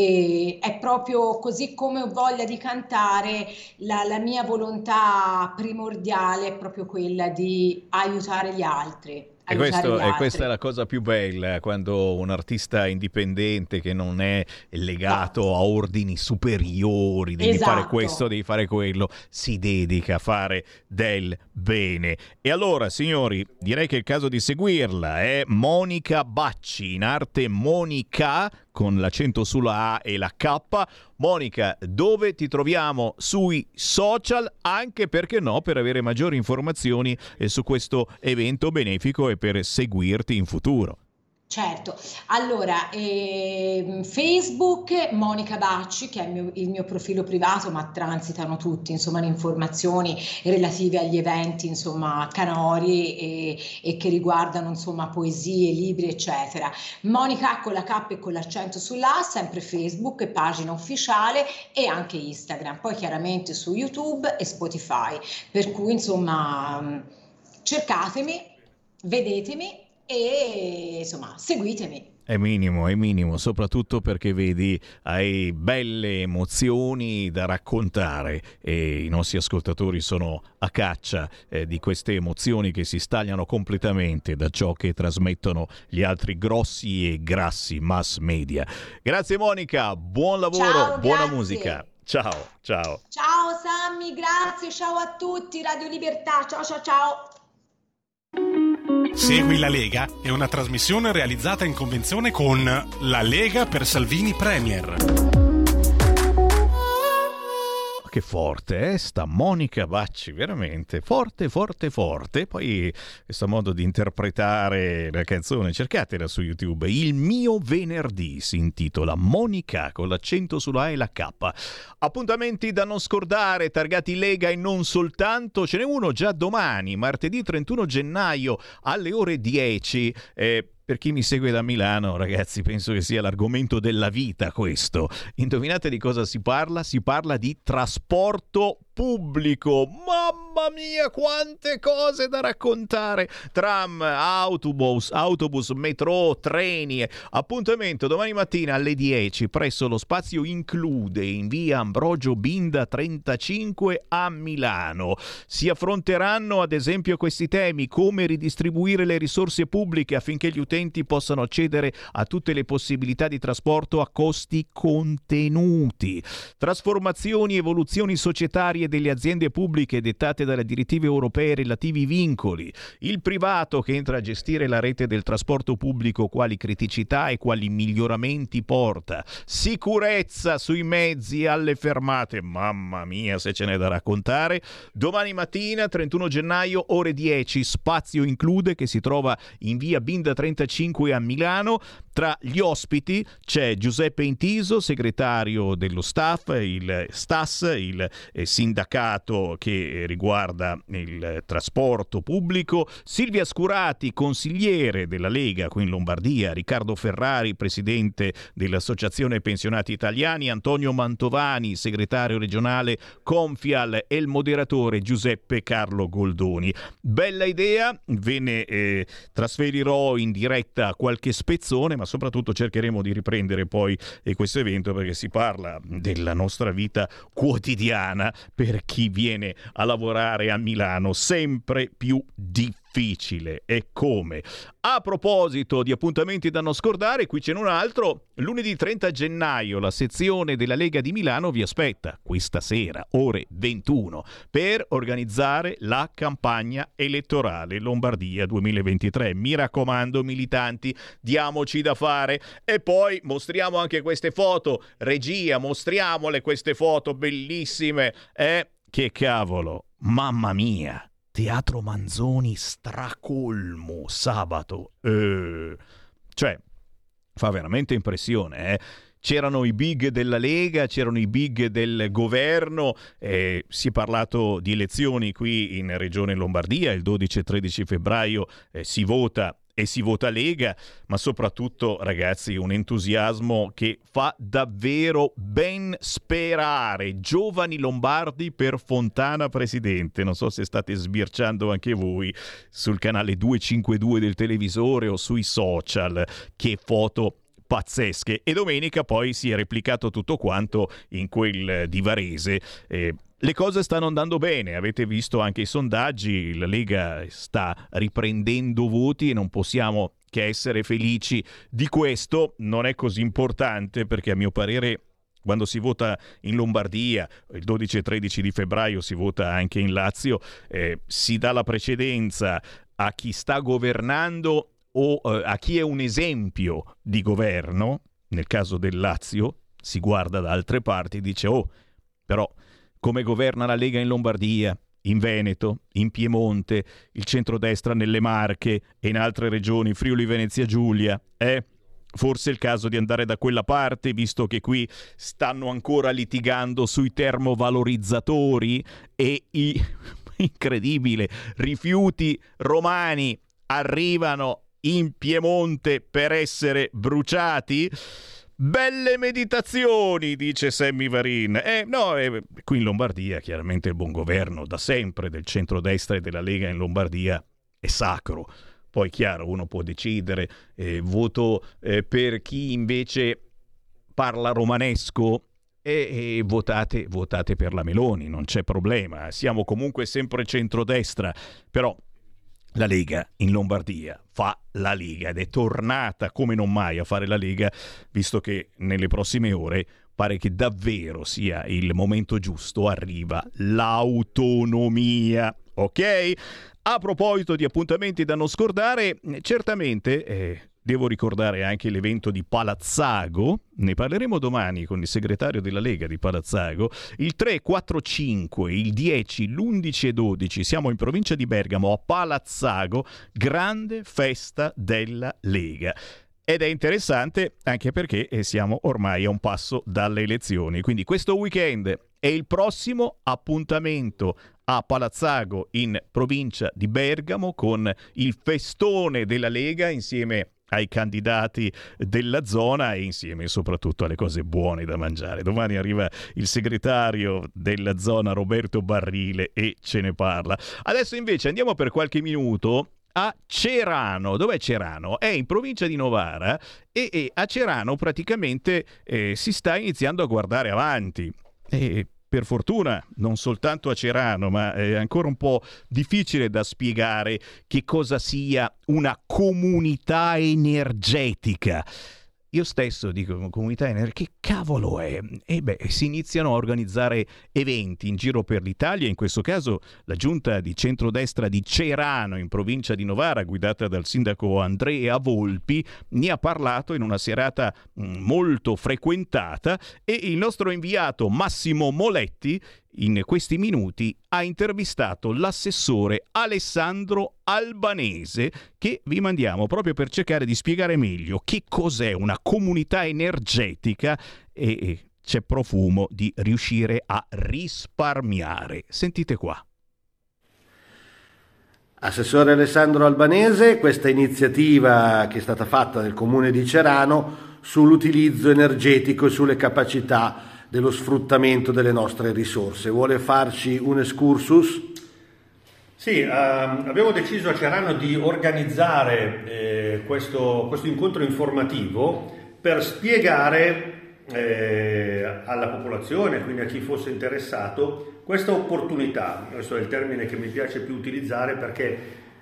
E è proprio così, come ho voglia di cantare, la, la mia volontà primordiale è proprio quella di aiutare gli altri. E, questo, e questa è la cosa più bella, quando un artista indipendente che non è legato esatto. a ordini superiori, devi esatto. fare questo, devi fare quello, si dedica a fare del bene. E allora, signori, direi che è il caso di seguirla. È Monica Bacci, in arte Monica, con l'accento sulla A e la K. Monica, dove ti troviamo sui social, anche perché no, per avere maggiori informazioni su questo evento benefico e per seguirti in futuro? Certo, allora eh, Facebook Monica Bacci, che è il mio, il mio profilo privato, ma transitano tutti insomma le informazioni relative agli eventi insomma canori e, e che riguardano insomma poesie, libri eccetera. Monica con la K e con l'accento sulla A, sempre Facebook, pagina ufficiale, e anche Instagram, poi chiaramente su YouTube e Spotify, per cui insomma cercatemi, vedetemi e insomma seguitemi. È minimo, è minimo, soprattutto perché vedi, hai belle emozioni da raccontare e i nostri ascoltatori sono a caccia eh, di queste emozioni che si stagliano completamente da ciò che trasmettono gli altri grossi e grassi mass media. Grazie Monica, buon lavoro, ciao, buona grazie. Musica. Ciao, ciao. Ciao Sammy, grazie, ciao a tutti, Radio Libertà, ciao ciao ciao. Segui la Lega è una trasmissione realizzata in convenzione con La Lega per Salvini Premier. Che forte, eh? Sta Monica Bacci, veramente forte, forte, forte. Poi questo modo di interpretare la canzone, cercatela su YouTube. Il mio venerdì si intitola, Monica con l'accento sulla A e la K. Appuntamenti da non scordare, targati Lega e non soltanto. Ce n'è uno già domani, martedì trentuno gennaio alle ore dieci. Eh, Per chi mi segue da Milano, ragazzi, penso che sia l'argomento della vita questo. Indovinate di cosa si parla? Si parla di trasporto pubblico. Mamma mia, quante cose da raccontare! Tram, autobus, autobus, metro, treni. Appuntamento domani mattina alle dieci presso lo Spazio Include in via Ambrogio Binda trentacinque a Milano. Si affronteranno ad esempio questi temi: come ridistribuire le risorse pubbliche affinché gli utenti possano accedere a tutte le possibilità di trasporto a costi contenuti, trasformazioni e evoluzioni societarie statali e delle aziende pubbliche dettate dalle direttive europee relativi vincoli, il privato che entra a gestire la rete del trasporto pubblico, quali criticità e quali miglioramenti porta, sicurezza sui mezzi alle fermate, mamma mia se ce n'è da raccontare. Domani mattina trentuno gennaio ore dieci, spazio include, che si trova in via Binda trentacinque a Milano. Tra gli ospiti c'è Giuseppe Intiso, segretario dello staff, il Stas, il sindacato che riguarda il trasporto pubblico, Silvia Scurati, consigliere della Lega qui in Lombardia, Riccardo Ferrari, presidente dell'Associazione Pensionati Italiani, Antonio Mantovani, segretario regionale Confial, e il moderatore Giuseppe Carlo Goldoni. Bella idea, ve ne eh, trasferirò in diretta qualche spezzone, ma soprattutto cercheremo di riprendere poi eh, questo evento, perché si parla della nostra vita quotidiana per chi viene a lavorare a Milano, sempre più difficile. Difficile e come. A proposito di appuntamenti da non scordare, qui c'è un altro. Lunedì trenta gennaio la sezione della Lega di Milano vi aspetta questa sera ore ventuno per organizzare la campagna elettorale Lombardia duemilaventitré. Mi raccomando, militanti, diamoci da fare. E poi mostriamo anche queste foto, regia, mostriamole queste foto bellissime. Eh, che cavolo, mamma mia. Teatro Manzoni stracolmo sabato, eh, cioè fa veramente impressione, eh? C'erano i big della Lega, c'erano i big del governo, eh, si è parlato di elezioni qui in Regione Lombardia, il dodici e tredici febbraio eh, si vota e si vota Lega, ma soprattutto, ragazzi, un entusiasmo che fa davvero ben sperare. Giovani lombardi per Fontana Presidente. Non so se state sbirciando anche voi sul canale duecentocinquantadue del televisore o sui social. Che foto pazzesche. E domenica poi si è replicato tutto quanto in quel di Varese. Eh, Le cose stanno andando bene, avete visto anche i sondaggi, la Lega sta riprendendo voti e non possiamo che essere felici di questo. Non è così importante perché a mio parere quando si vota in Lombardia, il dodici e tredici di febbraio si vota anche in Lazio, eh, si dà la precedenza a chi sta governando o eh, a chi è un esempio di governo. Nel caso del Lazio si guarda da altre parti e dice oh, però come governa la Lega in Lombardia, in Veneto, in Piemonte, il centrodestra nelle Marche e in altre regioni, Friuli Venezia Giulia, eh? Forse è il caso di andare da quella parte, visto che qui stanno ancora litigando sui termovalorizzatori e i, incredibile, rifiuti romani arrivano in Piemonte per essere bruciati. Belle meditazioni, dice Sammy Varin. Eh, no, eh, qui in Lombardia chiaramente il buon governo da sempre del centrodestra e della Lega in Lombardia è sacro. Poi chiaro, uno può decidere, eh, voto eh, per chi invece parla romanesco e, e votate, votate per la Meloni, non c'è problema. Siamo comunque sempre centrodestra, però la Lega in Lombardia fa la Lega ed è tornata come non mai a fare la Lega, visto che nelle prossime ore pare che davvero sia il momento giusto, arriva l'autonomia, ok? A proposito di appuntamenti da non scordare, certamente eh, devo ricordare anche l'evento di Palazzago, ne parleremo domani con il segretario della Lega di Palazzago, il tre, quattro, cinque, il dieci, l'undici e dodici, siamo in provincia di Bergamo a Palazzago, grande festa della Lega. Ed è interessante anche perché siamo ormai a un passo dalle elezioni, quindi questo weekend è il prossimo appuntamento a Palazzago in provincia di Bergamo con il festone della Lega insieme ai candidati della zona e insieme soprattutto alle cose buone da mangiare. Domani arriva il segretario della zona Roberto Barrile e ce ne parla. Adesso invece andiamo per qualche minuto a Cerano. Dov'è Cerano? È in provincia di Novara e, e a Cerano praticamente eh, si sta iniziando a guardare avanti. E per fortuna non soltanto a Cerano, ma è ancora un po' difficile da spiegare che cosa sia una comunità energetica. io stesso dico, comunità energetica, che cavolo è? E beh, si iniziano a organizzare eventi in giro per l'Italia, in questo caso la giunta di centrodestra di Cerano, in provincia di Novara, guidata dal sindaco Andrea Volpi, ne ha parlato in una serata molto frequentata, e il nostro inviato Massimo Moletti in questi minuti ha intervistato l'assessore Alessandro Albanese, che vi mandiamo proprio per cercare di spiegare meglio che cos'è una comunità energetica, e c'è profumo di riuscire a risparmiare. Sentite qua. Assessore Alessandro Albanese, questa iniziativa che è stata fatta nel comune di Cerano sull'utilizzo energetico e sulle capacità dello sfruttamento delle nostre risorse. Vuole farci un excursus? Sì, ehm, abbiamo deciso a Cerano di organizzare eh, questo, questo incontro informativo per spiegare eh, alla popolazione, quindi a chi fosse interessato, questa opportunità. Questo è il termine che mi piace più utilizzare, perché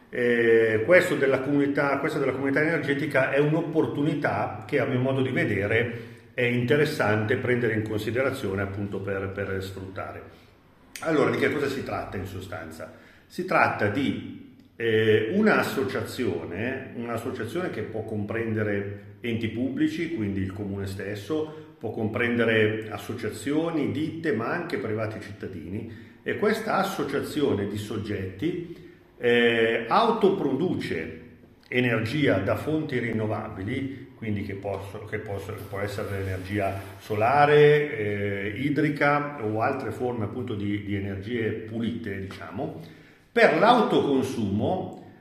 eh, questo della comunità, questa della comunità energetica è un'opportunità che, a mio modo di vedere, è interessante prendere in considerazione appunto per, per sfruttare. Allora, di che cosa si tratta in sostanza? Si tratta di eh, un'associazione, un'associazione che può comprendere enti pubblici, quindi il comune stesso, può comprendere associazioni, ditte, ma anche privati cittadini, e questa associazione di soggetti eh, autoproduce energia da fonti rinnovabili, quindi che, posso, che, posso, che può essere l'energia solare, eh, idrica o altre forme appunto di, di energie pulite, diciamo, per l'autoconsumo,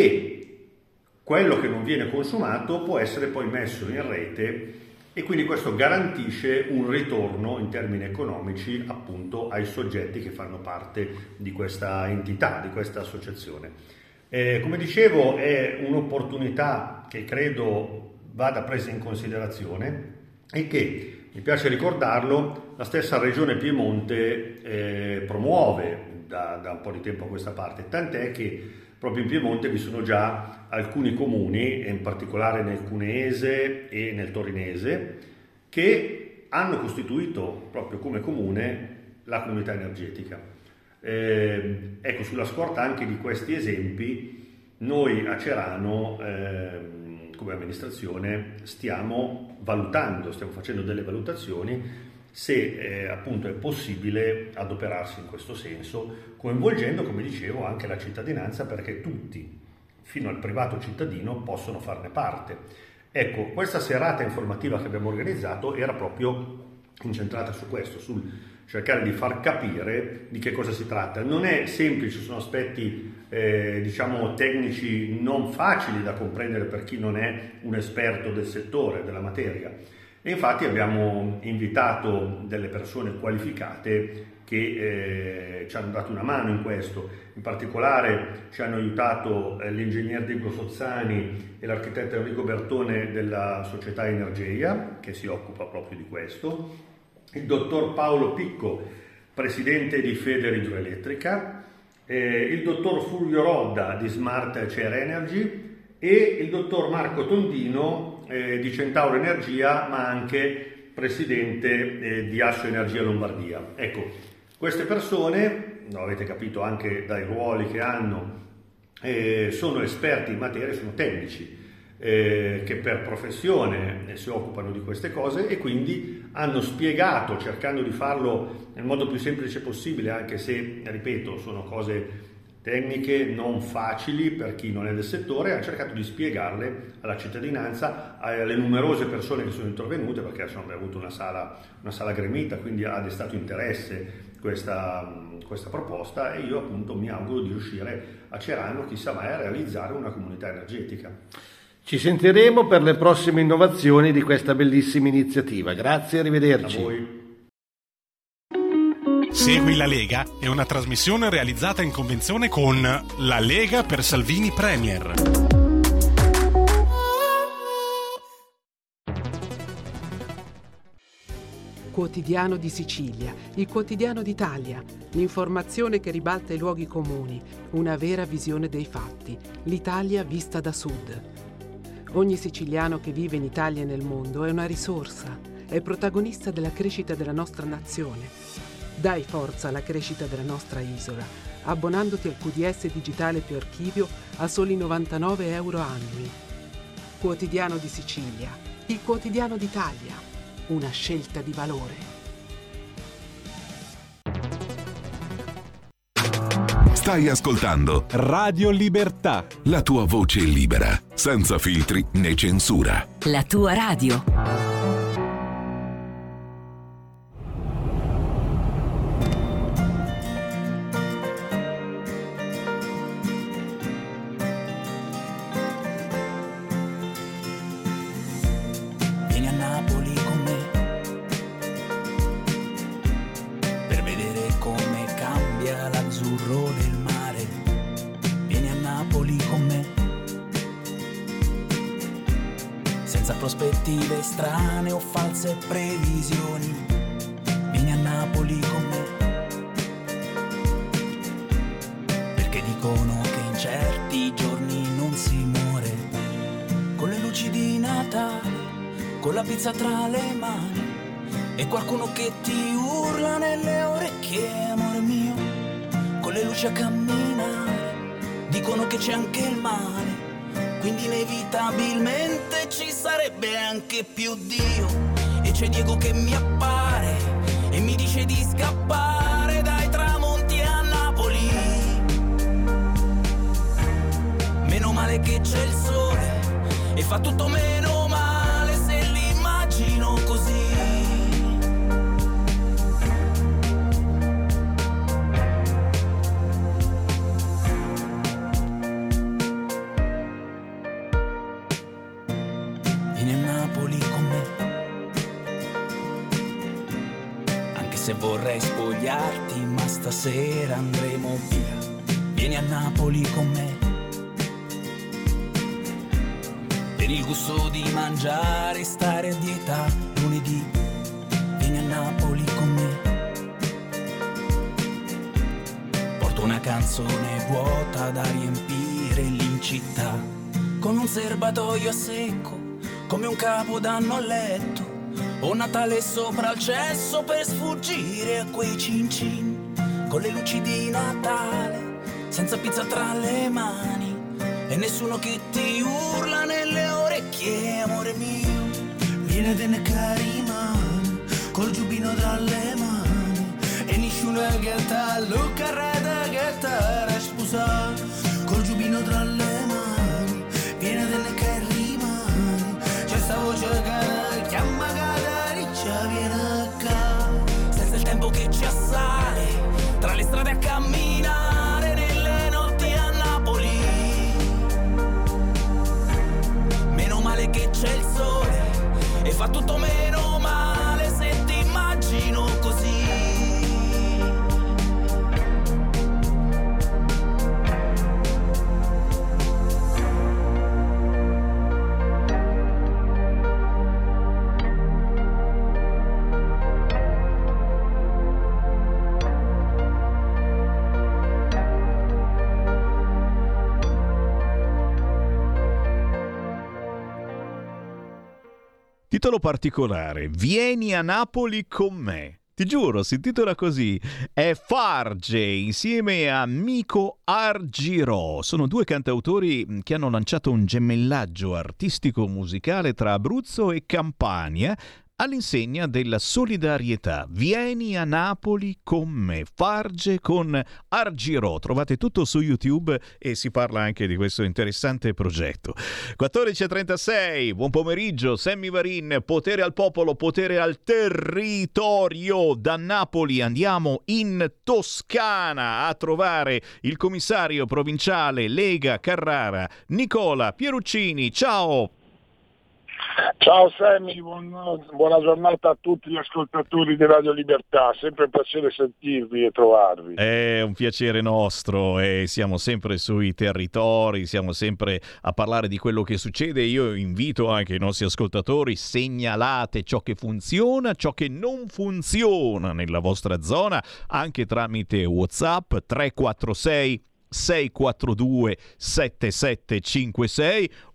e quello che non viene consumato può essere poi messo in rete, e quindi questo garantisce un ritorno in termini economici appunto ai soggetti che fanno parte di questa entità, di questa associazione. Eh, come dicevo, è un'opportunità che credo vada presa in considerazione, e che, mi piace ricordarlo, la stessa Regione Piemonte eh, promuove da, da un po' di tempo a questa parte, tant'è che proprio in Piemonte vi sono già alcuni comuni, in particolare nel Cuneese e nel Torinese, che hanno costituito proprio come comune la comunità energetica. Eh, ecco, sulla scorta anche di questi esempi, noi a Cerano eh, come amministrazione stiamo valutando, stiamo facendo delle valutazioni se eh, appunto è possibile adoperarsi in questo senso, coinvolgendo, come dicevo, anche la cittadinanza, perché tutti, fino al privato cittadino, possono farne parte. Ecco, questa serata informativa che abbiamo organizzato era proprio incentrata su questo, sul cercare di far capire di che cosa si tratta. Non è semplice, sono aspetti eh, diciamo tecnici non facili da comprendere per chi non è un esperto del settore, della materia, e infatti abbiamo invitato delle persone qualificate che eh, ci hanno dato una mano in questo. In particolare ci hanno aiutato eh, l'ingegner Diego Sozzani e l'architetto Enrico Bertone della società Energeia, che si occupa proprio di questo, il dottor Paolo Picco, presidente di Feder Idroelettrica, eh, il dottor Fulvio Rodda di Smart Care Energy e il dottor Marco Tondino eh, di Centauro Energia, ma anche presidente eh, di Asso Energia Lombardia. Ecco, queste persone, lo avete capito anche dai ruoli che hanno, eh, sono esperti in materia, sono tecnici, eh, che per professione eh, si occupano di queste cose, e quindi hanno spiegato, cercando di farlo nel modo più semplice possibile, anche se, ripeto, sono cose tecniche non facili per chi non è del settore, ha cercato di spiegarle alla cittadinanza, alle numerose persone che sono intervenute, perché abbiamo avuto una sala, una sala gremita, quindi ha destato interesse questa, questa proposta, e io appunto mi auguro di riuscire a Cerano, chissà mai, a realizzare una comunità energetica. Ci sentiremo per le prossime innovazioni di questa bellissima iniziativa. Grazie, arrivederci. A voi. Segui la Lega è una trasmissione realizzata in convenzione con La Lega per Salvini Premier. Quotidiano di Sicilia, il quotidiano d'Italia, l'informazione che ribalta i luoghi comuni, una vera visione dei fatti, l'Italia vista da sud. Ogni siciliano che vive in Italia e nel mondo è una risorsa, è protagonista della crescita della nostra nazione. Dai forza alla crescita della nostra isola, abbonandoti al Q D S digitale più archivio a soli novantanove euro annui. Quotidiano di Sicilia, il quotidiano d'Italia, una scelta di valore. Stai ascoltando Radio Libertà, la tua voce libera, senza filtri né censura. La tua radio. Vieni a Napoli con me per vedere come cambia l'azzurro del mare. Vieni a Napoli con me, senza prospettive strane o false previsioni. Vieni a Napoli con me, perché dicono che in certi giorni non si muore. Con le luci di Natale, con la pizza tra le mani e qualcuno che ti urla nelle orecchie, amore mio. Con le luci a camminare, dicono che c'è anche il male, quindi inevitabilmente ci sarebbe anche più Dio. E c'è Diego che mi appare e mi dice di scappare dai tramonti a Napoli. Meno male che c'è il sole e fa tutto meno male se l'immagino così. Vieni a Napoli con me, anche se vorrei spogliarti, ma stasera andremo via. Vieni a Napoli con me, per il gusto di mangiare e stare a dieta lunedì. Vieni a Napoli con me, porto una canzone vuota da riempire lì in città, con un serbatoio a secco come un capodanno a letto, o Natale sopra il cesso per sfuggire a quei cin cin. Con le luci di Natale, senza pizza tra le mani e nessuno che ti urla nelle orecchie, amore mio. Viene te ne carimano col giubbino tra le mani e nessuno che t'allo carreta che t'era sposata. Col giubbino tra le mani, viene te ne carimano, c'è sta voce che chiama catariccia, viene qua. Senza il tempo che ci assale, tra le strade a camminare nelle notti a Napoli. Meno male che c'è il sole e fa tutto meno male se ti immagino così. Titolo particolare: Vieni a Napoli con me. Ti giuro, si intitola così. È Farge insieme a Mico Argirò. Sono due cantautori che hanno lanciato un gemellaggio artistico-musicale tra Abruzzo e Campania all'insegna della solidarietà. Vieni a Napoli con me, Farge con Argirò. Trovate tutto su YouTube e si parla anche di questo interessante progetto. quattordici e trentasei, buon pomeriggio, Sammy Varin, potere al popolo, potere al territorio. Da Napoli andiamo in Toscana a trovare il commissario provinciale Lega Carrara, Nicola Pieruccini. Ciao! Ciao Sammy, buon, buona giornata a tutti gli ascoltatori di Radio Libertà, sempre un piacere sentirvi e trovarvi. È un piacere nostro e siamo sempre sui territori, siamo sempre a parlare di quello che succede. Io invito anche i nostri ascoltatori, segnalate ciò che funziona, ciò che non funziona nella vostra zona, anche tramite WhatsApp tre quattro sei sei quattro due sette sette cinque sei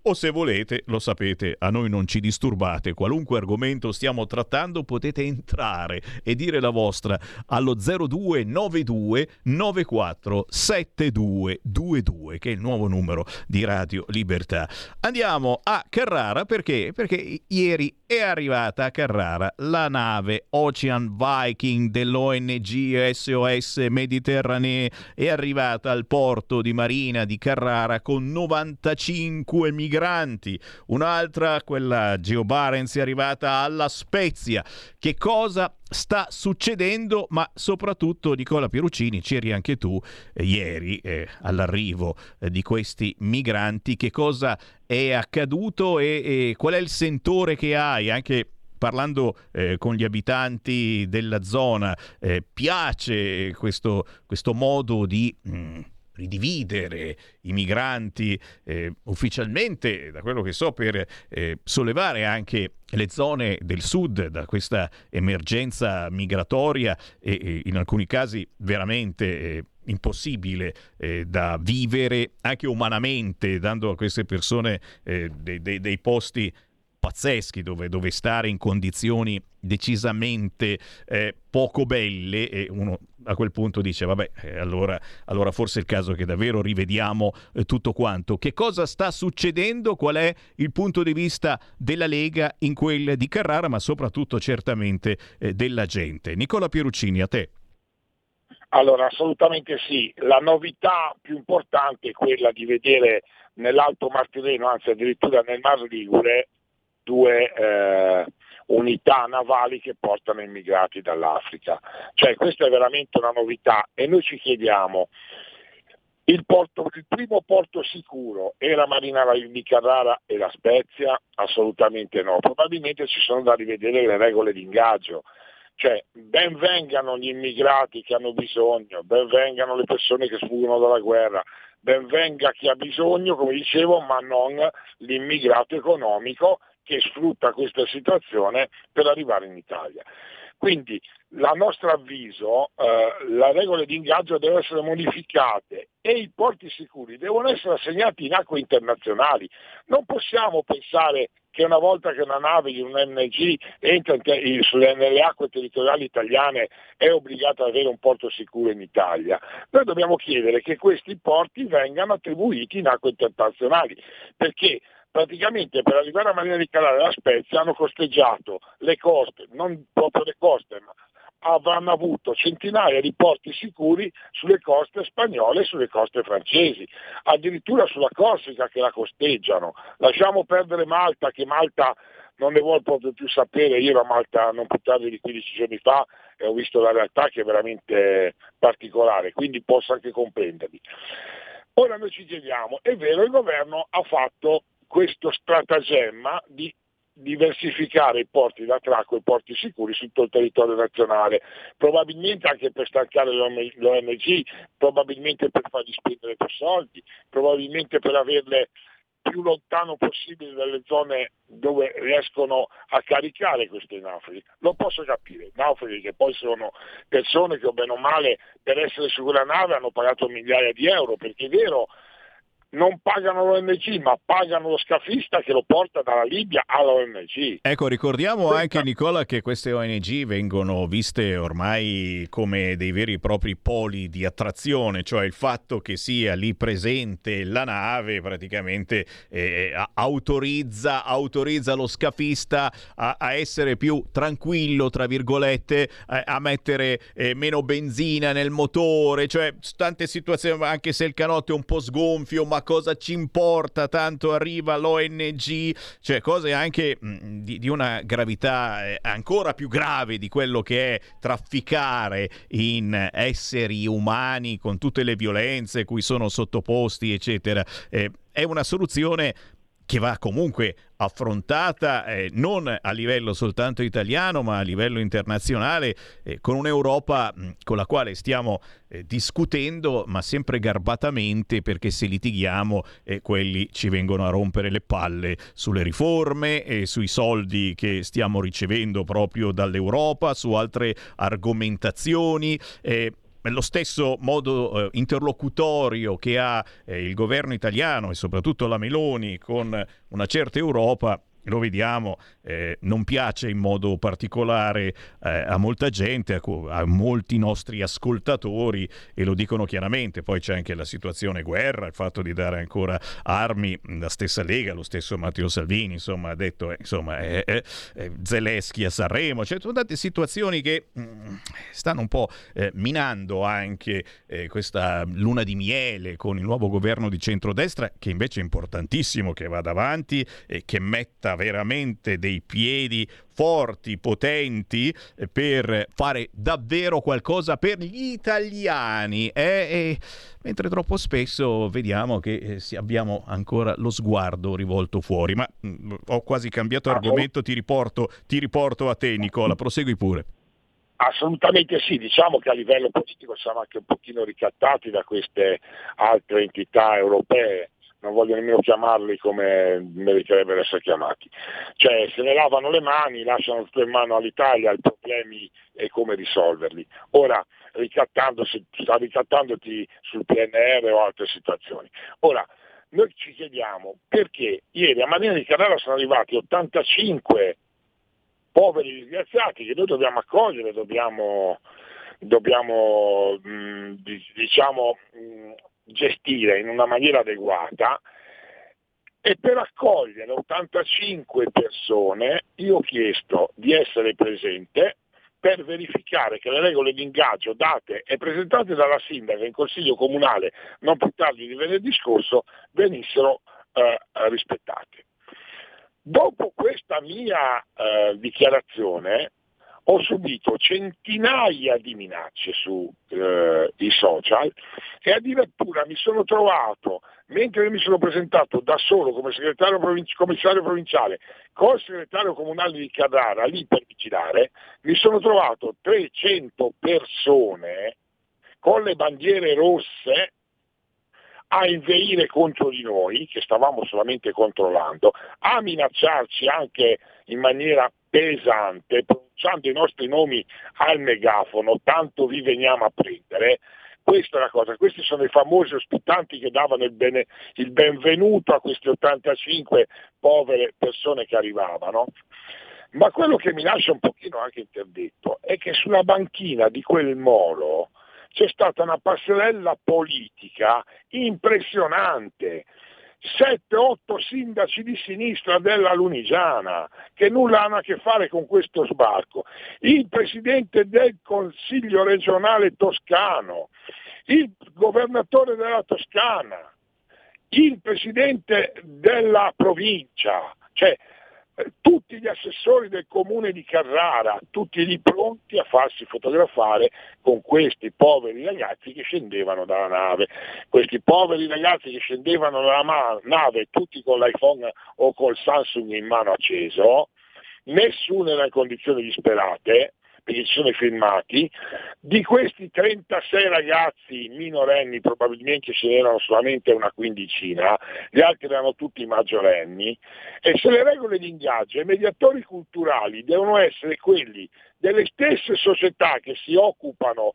o se volete, lo sapete, a noi non ci disturbate, qualunque argomento stiamo trattando potete entrare e dire la vostra allo zero due nove due nove quattro sette due due due, che è il nuovo numero di Radio Libertà. Andiamo a Carrara perché? Perché ieri è arrivata a Carrara la nave Ocean Viking dell'O N G S O S Mediterranee, è arrivata al porto di Marina di Carrara con novantacinque migranti. Un'altra, quella Geo Barents, è arrivata alla Spezia. Che cosa sta succedendo? Ma soprattutto, Nicola Pieruccini, c'eri anche tu eh, ieri eh, all'arrivo eh, di questi migranti. Che cosa è accaduto e, e qual è il sentore che hai? Anche parlando eh, con gli abitanti della zona, eh, piace questo, questo modo di mh, ridividere i migranti eh, ufficialmente, da quello che so, per eh, sollevare anche le zone del sud da questa emergenza migratoria e, e in alcuni casi veramente eh, impossibile eh, da vivere anche umanamente, dando a queste persone eh, dei, dei, dei posti pazzeschi dove, dove stare in condizioni decisamente eh, poco belle, e uno a quel punto dice vabbè eh, allora, allora forse è il caso che davvero rivediamo eh, tutto quanto. Che cosa sta succedendo? Qual è il punto di vista della Lega in quel di Carrara, ma soprattutto certamente eh, della gente? Nicola Pieruccini, a te. Allora, assolutamente sì. La novità più importante è quella di vedere nell'Alto Mar Tirreno, anzi addirittura nel Mar Ligure, due eh, unità navali che portano immigrati dall'Africa. Cioè, questa è veramente una novità e noi ci chiediamo, il, porto, il primo porto sicuro era Marina di Carrara e La Spezia? Assolutamente no. Probabilmente ci sono da rivedere le regole di ingaggio. Cioè, ben vengano gli immigrati che hanno bisogno, ben vengano le persone che sfuggono dalla guerra, ben venga chi ha bisogno, come dicevo, ma non l'immigrato economico che sfrutta questa situazione per arrivare in Italia. Quindi, a nostro avviso, eh, le regole di ingaggio devono essere modificate e i porti sicuri devono essere assegnati in acque internazionali. Non possiamo pensare che una volta che una nave di un N G entra in, sulle, nelle acque territoriali italiane è obbligata ad avere un porto sicuro in Italia. Noi dobbiamo chiedere che questi porti vengano attribuiti in acque internazionali, perché praticamente per arrivare a Marina di Carrara e La Spezia hanno costeggiato le coste, non proprio le coste, ma avranno avuto centinaia di porti sicuri sulle coste spagnole e sulle coste francesi, addirittura sulla Corsica che la costeggiano. Lasciamo perdere Malta, che Malta non ne vuole proprio più sapere. Io ero a Malta non più tardi di quindici giorni fa e ho visto la realtà, che è veramente particolare, quindi posso anche comprenderli. Ora noi ci chiediamo, è vero, il governo ha fatto questo stratagemma di diversificare i porti d'attracco e i porti sicuri su tutto il territorio nazionale, probabilmente anche per stancare l'O N G, probabilmente per fargli spendere più soldi, probabilmente per averle più lontano possibile dalle zone dove riescono a caricare questi naufraghi. Lo posso capire, naufraghi che poi sono persone che o bene o male per essere su quella nave hanno pagato migliaia di euro, perché è vero, non pagano l'O N G, ma pagano lo scafista che lo porta dalla Libia all'O N G. Ecco, ricordiamo anche, Nicola, che queste O N G vengono viste ormai come dei veri e propri poli di attrazione, cioè il fatto che sia lì presente la nave praticamente eh, autorizza, autorizza lo scafista a, a essere più tranquillo, tra virgolette, a, a mettere eh, meno benzina nel motore, cioè tante situazioni, anche se il canotto è un po' sgonfio, ma cosa ci importa, tanto arriva l'O N G, cioè cose anche mh, di, di una gravità eh, ancora più grave di quello che è trafficare in esseri umani con tutte le violenze cui sono sottoposti, eccetera. Eh, è una soluzione che va comunque affrontata eh, non a livello soltanto italiano, ma a livello internazionale, eh, con un'Europa mh, con la quale stiamo eh, discutendo, ma sempre garbatamente, perché se litighiamo eh, quelli ci vengono a rompere le palle sulle riforme e sui soldi che stiamo ricevendo proprio dall'Europa, su altre argomentazioni. Eh, lo stesso modo eh, interlocutorio che ha eh, il governo italiano e soprattutto la Meloni con una certa Europa, lo vediamo, eh, non piace in modo particolare eh, a molta gente, a, a molti nostri ascoltatori, e lo dicono chiaramente. Poi c'è anche la situazione guerra, il fatto di dare ancora armi, la stessa Lega, lo stesso Matteo Salvini insomma ha detto eh, insomma eh, eh, eh, Zelensky a Sanremo, cioè sono tante situazioni che mh, stanno un po' eh, minando anche eh, questa luna di miele con il nuovo governo di centrodestra, che invece è importantissimo che vada avanti e che metta veramente dei piedi forti, potenti, per fare davvero qualcosa per gli italiani, eh? E mentre troppo spesso vediamo che eh, abbiamo ancora lo sguardo rivolto fuori. Ma mh, ho quasi cambiato argomento, ti riporto, ti riporto a te, Nicola, prosegui pure. Assolutamente sì, diciamo che a livello politico siamo anche un pochino ricattati da queste altre entità europee, non voglio nemmeno chiamarli come meriterebbero essere chiamati, cioè se ne lavano le mani, lasciano tutto in mano all'Italia, i problemi e come risolverli. Ora, ricattandosi, sta ricattandoti sul P N R o altre situazioni. Ora, noi ci chiediamo perché ieri a Marina di Carrara sono arrivati ottantacinque poveri disgraziati che noi dobbiamo accogliere, dobbiamo, dobbiamo mh, diciamo mh, gestire in una maniera adeguata, e per accogliere ottantacinque persone io ho chiesto di essere presente per verificare che le regole di ingaggio date e presentate dalla sindaca in consiglio comunale non più tardi di venerdì scorso venissero eh, rispettate. Dopo questa mia eh, dichiarazione ho subito centinaia di minacce sui eh, social, e addirittura mi sono trovato, mentre mi sono presentato da solo come segretario provinci- commissario provinciale col segretario comunale di Carrara lì per vigilare, mi sono trovato trecento persone con le bandiere rosse a inveire contro di noi, che stavamo solamente controllando, a minacciarci anche in maniera pesante, pronunciando i nostri nomi al megafono, tanto vi veniamo a prendere. Questa è la cosa, questi sono i famosi ospitanti che davano il, bene, il benvenuto a queste ottantacinque povere persone che arrivavano. Ma quello che mi lascia un pochino anche interdetto è che sulla banchina di quel molo c'è stata una passerella politica impressionante, sette otto sindaci di sinistra della Lunigiana che nulla hanno a che fare con questo sbarco, il presidente del Consiglio regionale toscano, il governatore della Toscana, il presidente della provincia, cioè tutti gli assessori del comune di Carrara, tutti lì pronti a farsi fotografare con questi poveri ragazzi che scendevano dalla nave. Questi poveri ragazzi che scendevano dalla ma- nave, tutti con l'iPhone o col Samsung in mano acceso, nessuno era in condizioni disperate, perché ci sono i filmati. Di questi trentasei ragazzi minorenni, probabilmente ce n'erano solamente una quindicina, gli altri erano tutti maggiorenni, e se le regole di ingaggio e i mediatori culturali devono essere quelli delle stesse società che si occupano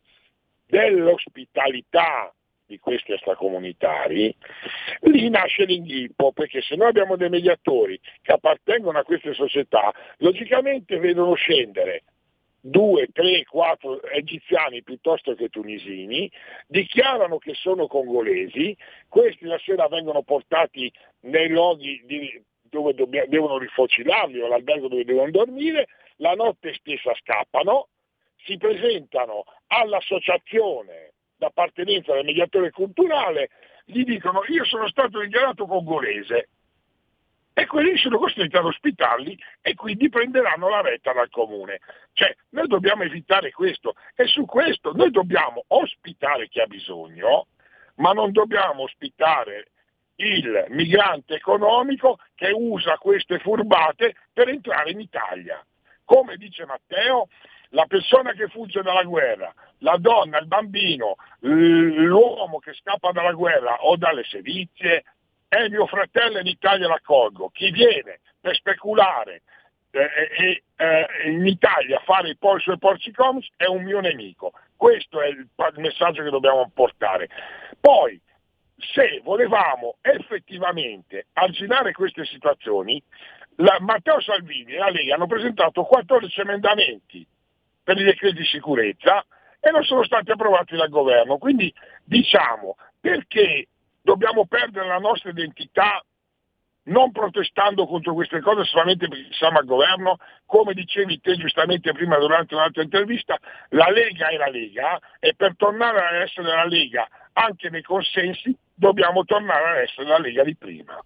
dell'ospitalità di questi extracomunitari, lì nasce l'inghippo, perché se noi abbiamo dei mediatori che appartengono a queste società, logicamente vedono scendere due, tre, quattro egiziani piuttosto che tunisini, dichiarano che sono congolesi, questi la sera vengono portati nei luoghi di, dove dobb- devono rifocilarli o all'albergo dove devono dormire, la notte stessa scappano, si presentano all'associazione d'appartenenza del mediatore culturale, gli dicono io sono stato dichiarato congolese, e quelli sono costretti ad ospitarli e quindi prenderanno la retta dal comune. Cioè, noi dobbiamo evitare questo, e su questo noi dobbiamo ospitare chi ha bisogno, ma non dobbiamo ospitare il migrante economico che usa queste furbate per entrare in Italia. Come dice Matteo, la persona che fugge dalla guerra, la donna, il bambino, l'uomo che scappa dalla guerra o dalle sevizie, è mio fratello, in Italia l'accolgo. Chi viene per speculare eh, eh, eh, in Italia a fare i, por- i suoi porci comici è un mio nemico. Questo è il, il messaggio che dobbiamo portare. Poi, se volevamo effettivamente arginare queste situazioni, la, Matteo Salvini e la Lega hanno presentato quattordici emendamenti per i decreti di sicurezza e non sono stati approvati dal governo. Quindi diciamo, perché dobbiamo perdere la nostra identità non protestando contro queste cose solamente perché siamo al governo? Come dicevi te giustamente prima durante un'altra intervista, la Lega è la Lega e per tornare ad essere la Lega anche nei consensi dobbiamo tornare ad essere la Lega di prima.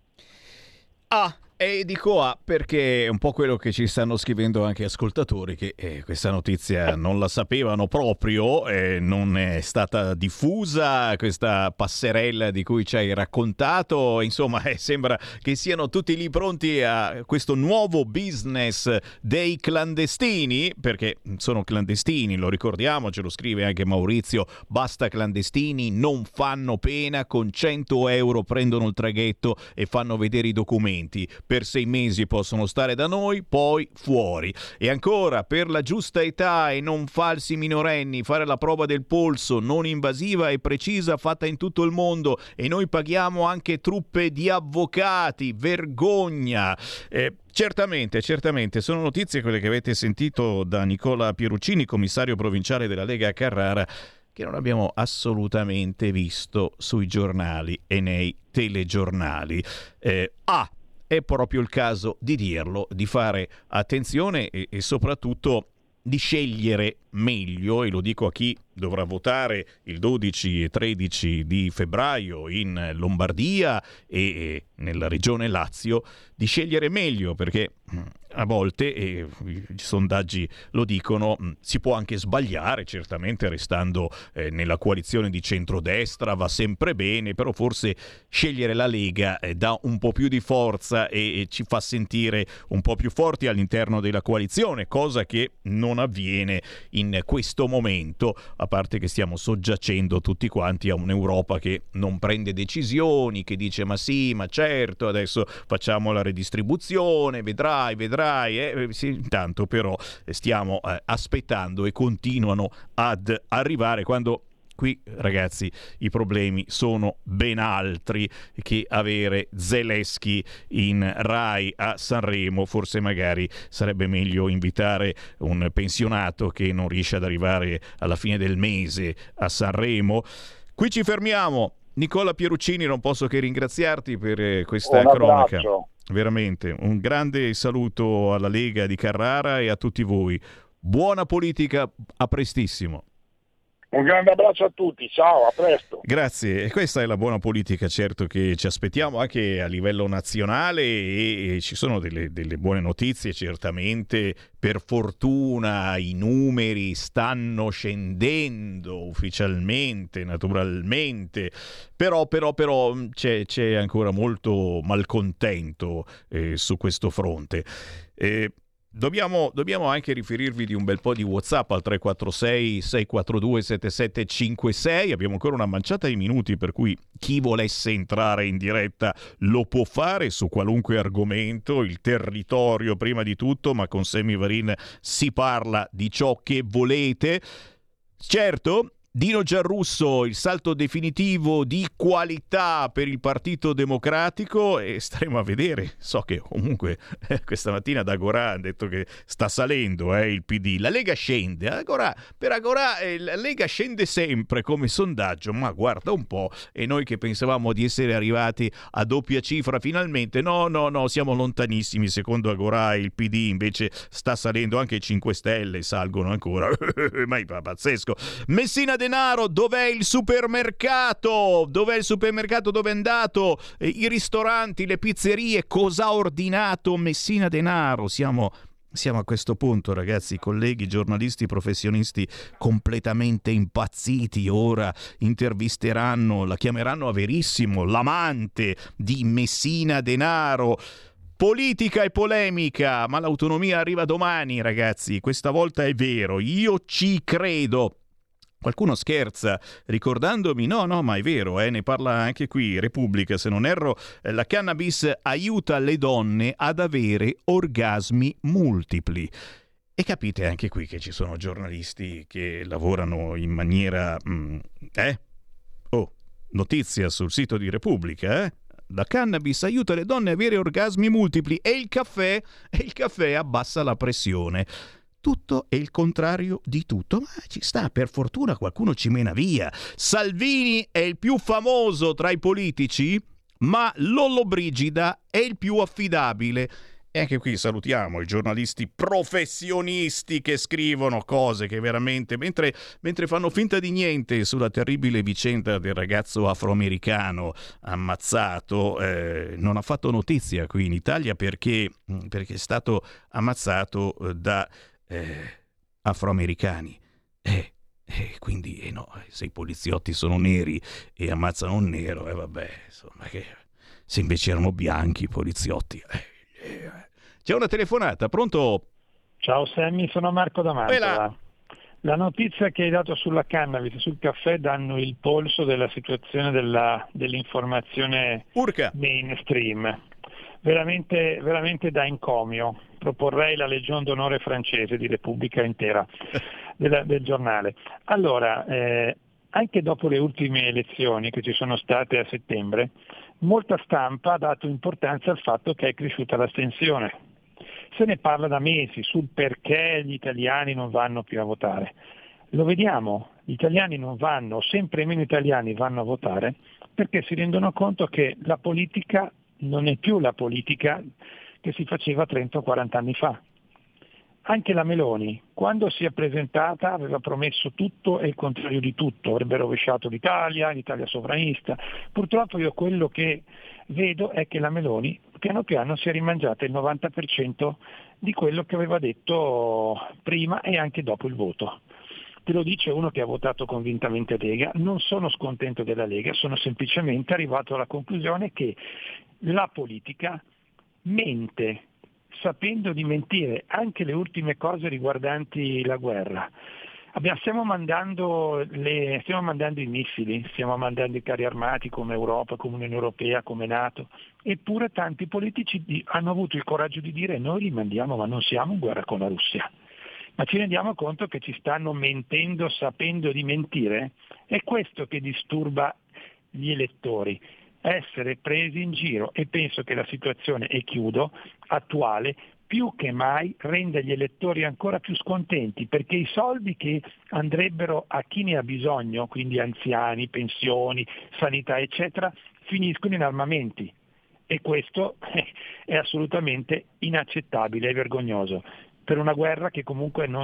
Ah, e dico A perché è un po' quello che ci stanno scrivendo anche ascoltatori che eh, questa notizia non la sapevano proprio, eh, non è stata diffusa questa passerella di cui ci hai raccontato, insomma eh, sembra che siano tutti lì pronti a questo nuovo business dei clandestini, perché sono clandestini, lo ricordiamo, ce lo scrive anche Maurizio, basta clandestini, non fanno pena, con cento euro prendono il traghetto e fanno vedere i documenti. Per sei mesi possono stare da noi, poi fuori. E ancora, per la giusta età e non falsi minorenni, fare la prova del polso non invasiva e precisa fatta in tutto il mondo e noi paghiamo anche truppe di avvocati, vergogna. Eh, Certamente, certamente, sono notizie quelle che avete sentito da Nicola Pieruccini, commissario provinciale della Lega a Carrara, che non abbiamo assolutamente visto sui giornali e nei telegiornali. Eh, ah, è proprio il caso di dirlo, di fare attenzione e, e soprattutto di scegliere meglio, e lo dico a chi dovrà votare il dodici e tredici di febbraio in Lombardia e nella regione Lazio, di scegliere meglio, perché a volte, e i sondaggi lo dicono, si può anche sbagliare, certamente restando eh, nella coalizione di centrodestra va sempre bene, però forse scegliere la Lega eh, dà un po' più di forza e, e ci fa sentire un po' più forti all'interno della coalizione, cosa che non avviene in questo momento, a parte che stiamo soggiacendo tutti quanti a un'Europa che non prende decisioni, che dice ma sì, ma certo, adesso facciamo la redistribuzione, vedrai, vedrai, eh, sì, intanto però stiamo eh, aspettando e continuano ad arrivare, quando qui, ragazzi, i problemi sono ben altri che avere Zelensky in Rai a Sanremo. Forse magari sarebbe meglio invitare un pensionato che non riesce ad arrivare alla fine del mese a Sanremo. Qui ci fermiamo. Nicola Pieruccini, non posso che ringraziarti per questa un cronaca. Abbraccio. Veramente, un grande saluto alla Lega di Carrara e a tutti voi. Buona politica, a prestissimo. Un grande abbraccio a tutti, ciao, a presto. Grazie, e questa è la buona politica, certo, che ci aspettiamo anche a livello nazionale e, e ci sono delle, delle buone notizie, certamente. Per fortuna i numeri stanno scendendo ufficialmente, naturalmente, però, però, però c'è, c'è ancora molto malcontento eh, su questo fronte. Eh, Dobbiamo, dobbiamo anche riferirvi di un bel po' di WhatsApp al tre quattro sei sei quattro due sette sette cinque sei. Abbiamo ancora una manciata di minuti, per cui chi volesse entrare in diretta lo può fare su qualunque argomento, il territorio prima di tutto, ma con Sammy Varin si parla di ciò che volete. Certo, Dino Giarrusso, il salto definitivo di qualità per il Partito Democratico, e staremo a vedere. So che comunque eh, questa mattina da Agorà hanno detto che sta salendo eh, il P D. La Lega scende, Agorà, per Agorà eh, la Lega scende sempre come sondaggio, ma guarda un po', e noi che pensavamo di essere arrivati a doppia cifra finalmente, no, no, no, siamo lontanissimi. Secondo Agorà il P D invece sta salendo, anche i cinque Stelle salgono ancora, ma è pazzesco. Messina Denaro, dov'è il supermercato? Dov'è il supermercato? Dove è andato? Eh, I ristoranti, le pizzerie, cosa ha ordinato Messina Denaro? Siamo, siamo a questo punto, ragazzi, colleghi, giornalisti, professionisti completamente impazziti. Ora intervisteranno, la chiameranno a Verissimo, l'amante di Messina Denaro. Politica e polemica, ma l'autonomia arriva domani, ragazzi, questa volta è vero, io ci credo. Qualcuno scherza ricordandomi, no, no, ma è vero, eh, ne parla anche qui Repubblica, se non erro, eh, la cannabis aiuta le donne ad avere orgasmi multipli. E capite anche qui che ci sono giornalisti che lavorano in maniera... Mm, eh? Oh, notizia sul sito di Repubblica, eh? La cannabis aiuta le donne a avere orgasmi multipli e il caffè, e il caffè abbassa la pressione. Tutto è il contrario di tutto, ma ci sta, per fortuna qualcuno ci mena via. Salvini è il più famoso tra i politici, ma Lollobrigida è il più affidabile. E anche qui salutiamo i giornalisti professionisti che scrivono cose che veramente, mentre, mentre fanno finta di niente sulla terribile vicenda del ragazzo afroamericano ammazzato, eh, non ha fatto notizia qui in Italia perché, perché è stato ammazzato da eh, afroamericani. Eh, eh, quindi eh no, se i poliziotti sono neri e ammazzano un nero, e eh, vabbè, insomma, che se invece erano bianchi i poliziotti... Eh, C'è una telefonata, pronto? Ciao Sammy, sono Marco da Mantova. La notizia che hai dato sulla cannabis e sul caffè danno il polso della situazione della, dell'informazione Urca. mainstream. Veramente, veramente da encomio. Proporrei la Legion d'onore francese di Repubblica intera della, del giornale. Allora, eh, anche dopo le ultime elezioni che ci sono state a settembre, molta stampa ha dato importanza al fatto che è cresciuta l'astensione. Se ne parla da mesi sul perché gli italiani non vanno più a votare. Lo vediamo, gli italiani non vanno, sempre meno italiani vanno a votare perché si rendono conto che la politica non è più la politica che si faceva trenta o quaranta anni fa. Anche la Meloni, quando si è presentata, aveva promesso tutto e il contrario di tutto, avrebbe rovesciato l'Italia, l'Italia sovranista. Purtroppo io quello che vedo è che la Meloni piano piano si è rimangiata il novanta per cento di quello che aveva detto prima e anche dopo il voto. Te lo dice uno che ha votato convintamente Lega, non sono scontento della Lega, sono semplicemente arrivato alla conclusione che la politica mente, sapendo di mentire anche le ultime cose riguardanti la guerra. Abbiamo, stiamo, mandando le, stiamo mandando i missili, stiamo mandando i carri armati come Europa, come Unione Europea, come NATO, eppure tanti politici di, hanno avuto il coraggio di dire noi li mandiamo ma non siamo in guerra con la Russia. Ma ci rendiamo conto che ci stanno mentendo sapendo di mentire? È questo che disturba gli elettori. Essere presi in giro, e penso che la situazione, e chiudo, attuale, più che mai rende gli elettori ancora più scontenti, perché i soldi che andrebbero a chi ne ha bisogno, quindi anziani, pensioni, sanità eccetera, finiscono in armamenti e questo è assolutamente inaccettabile e vergognoso per una guerra che comunque non,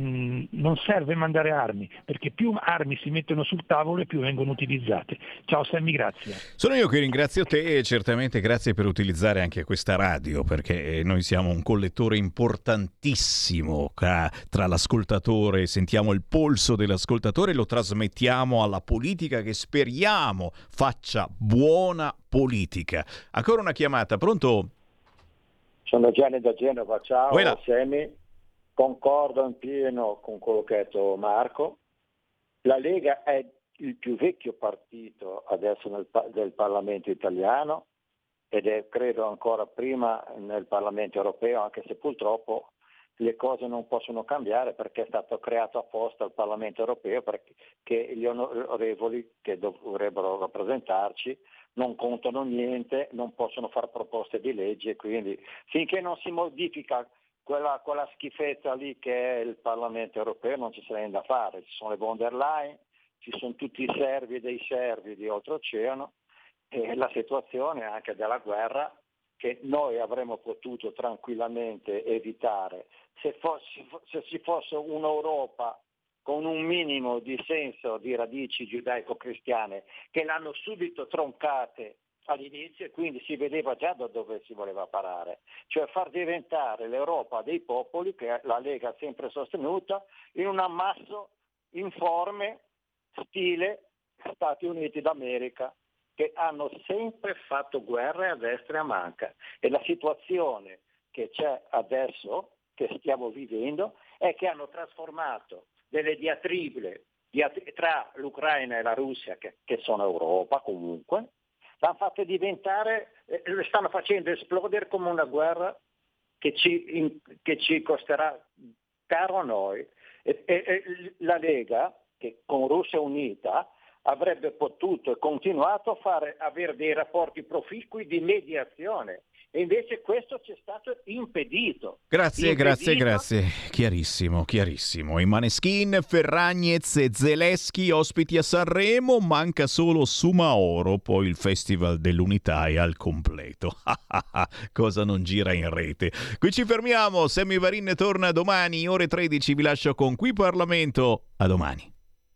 non serve mandare armi, perché più armi si mettono sul tavolo e più vengono utilizzate. Ciao Sammy, grazie. Sono io che ringrazio te e certamente grazie per utilizzare anche questa radio, perché noi siamo un collettore importantissimo tra l'ascoltatore, sentiamo il polso dell'ascoltatore e lo trasmettiamo alla politica che speriamo faccia buona politica. Ancora una chiamata, pronto? Sono Gianni da Genova, ciao Uela. Semi, concordo in pieno con quello che ha detto Marco. La Lega è il più vecchio partito adesso nel, del Parlamento italiano ed è credo ancora prima nel Parlamento europeo, anche se purtroppo le cose non possono cambiare perché è stato creato apposta il Parlamento europeo perché gli onorevoli che dovrebbero rappresentarci non contano niente, non possono fare proposte di legge, quindi finché non si modifica quella, quella schifezza lì che è il Parlamento europeo non ci sarà niente da fare. Ci sono le von der Leyen, ci sono tutti i servi dei servi di oltreoceano e la situazione anche della guerra che noi avremmo potuto tranquillamente evitare se, fosse, se ci fosse un'Europa con un minimo di senso di radici giudaico-cristiane che l'hanno subito troncate all'inizio e quindi si vedeva già da dove si voleva parare, cioè far diventare l'Europa dei popoli, che la Lega ha sempre sostenuta, in un ammasso informe stile Stati Uniti d'America, che hanno sempre fatto guerre a destra e a manca e la situazione che c'è adesso, che stiamo vivendo, è che hanno trasformato delle diatribe tra l'Ucraina e la Russia, che, che sono Europa comunque, l'hanno fatte diventare, eh, le stanno facendo esplodere come una guerra che ci, in, che ci costerà caro a noi. E, e, e la Lega, che con Russia Unita avrebbe potuto e continuato a fare, avere dei rapporti proficui di mediazione. E invece questo ci è stato impedito. Grazie, impedito. grazie, grazie. Chiarissimo, chiarissimo. I Maneskin, Ferragnez e Zelensky ospiti a Sanremo, manca solo Sumaoro, poi il Festival dell'Unità è al completo. Cosa non gira in rete. Qui ci fermiamo, Sammy Varin torna domani, ore tredici, vi lascio con Qui Parlamento. A domani.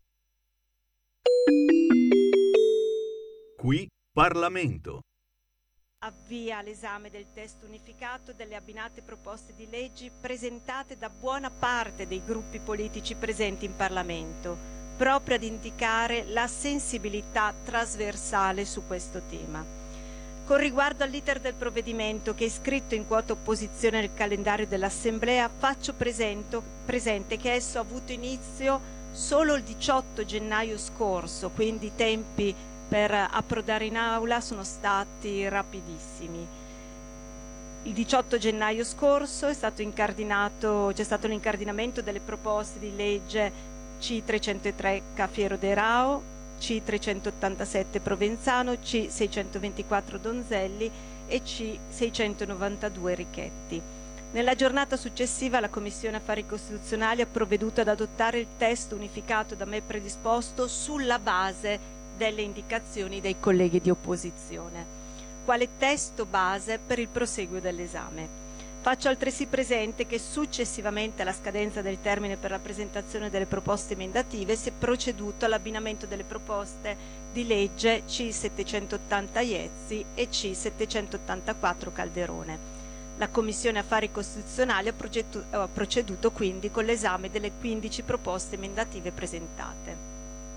Qui Parlamento. Avvia l'esame del testo unificato delle abbinate proposte di leggi presentate da buona parte dei gruppi politici presenti in Parlamento, proprio ad indicare la sensibilità trasversale su questo tema. Con riguardo all'iter del provvedimento, che è iscritto in quota opposizione nel calendario dell'Assemblea, faccio presento, presente che esso ha avuto inizio solo il diciotto gennaio scorso, quindi i tempi per approdare in aula sono stati rapidissimi. Il diciotto gennaio scorso è stato incardinato, c'è stato l'incardinamento delle proposte di legge C trecentotre Cafiero De Rao, C trecentottantasette Provenzano, C seicentoventiquattro Donzelli e C seicentonovantadue Richetti. Nella giornata successiva la Commissione Affari Costituzionali ha provveduto ad adottare il testo unificato da me predisposto sulla base delle indicazioni dei colleghi di opposizione, quale testo base per il proseguo dell'esame. Faccio altresì presente che successivamente alla scadenza del termine per la presentazione delle proposte emendative si è proceduto all'abbinamento delle proposte di legge C settecentottanta Iezzi e C settecentottantaquattro Calderone. La Commissione Affari Costituzionali ha, progettu- ha proceduto quindi con l'esame delle quindici proposte emendative presentate.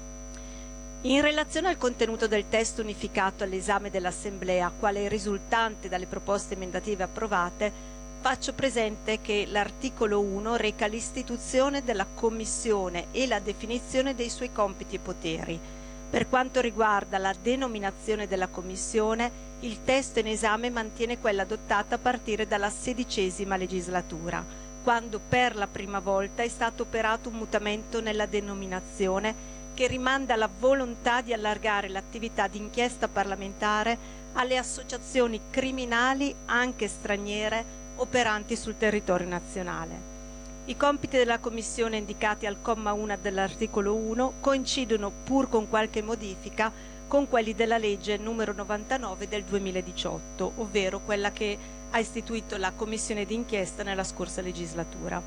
In relazione al contenuto del testo unificato all'esame dell'Assemblea, quale risultante dalle proposte emendative approvate, faccio presente che l'articolo uno reca l'istituzione della Commissione e la definizione dei suoi compiti e poteri. Per quanto riguarda la denominazione della Commissione, il testo in esame mantiene quella adottata a partire dalla sedicesima legislatura, quando per la prima volta è stato operato un mutamento nella denominazione che rimanda alla volontà di allargare l'attività di inchiesta parlamentare alle associazioni criminali, anche straniere, operanti sul territorio nazionale. I compiti della Commissione indicati al comma uno dell'articolo uno coincidono, pur con qualche modifica, con quelli della legge numero novantanove del duemiladiciotto, ovvero quella che ha istituito la Commissione d'inchiesta nella scorsa legislatura.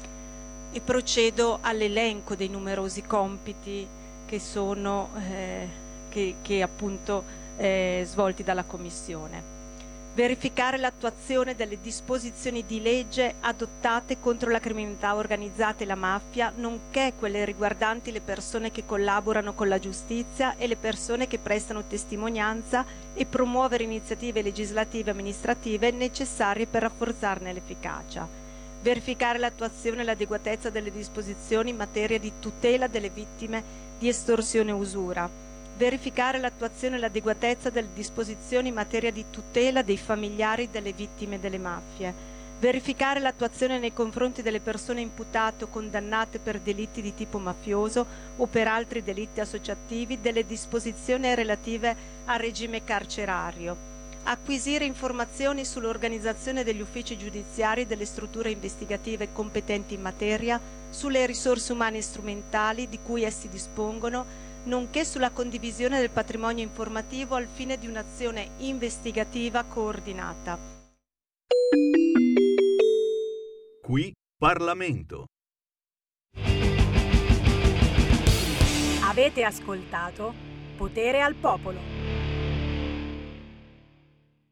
E procedo all'elenco dei numerosi compiti che sono eh, che, che appunto eh, svolti dalla Commissione. Verificare l'attuazione delle disposizioni di legge adottate contro la criminalità organizzata e la mafia, nonché quelle riguardanti le persone che collaborano con la giustizia e le persone che prestano testimonianza, e promuovere iniziative legislative e amministrative necessarie per rafforzarne l'efficacia. Verificare l'attuazione e l'adeguatezza delle disposizioni in materia di tutela delle vittime di estorsione e usura. Verificare l'attuazione e l'adeguatezza delle disposizioni in materia di tutela dei familiari delle vittime delle mafie. Verificare l'attuazione nei confronti delle persone imputate o condannate per delitti di tipo mafioso o per altri delitti associativi delle disposizioni relative al regime carcerario. Acquisire informazioni sull'organizzazione degli uffici giudiziari e delle strutture investigative competenti in materia, sulle risorse umane e strumentali di cui essi dispongono, nonché sulla condivisione del patrimonio informativo al fine di un'azione investigativa coordinata. Qui Parlamento. Avete ascoltato Potere al Popolo.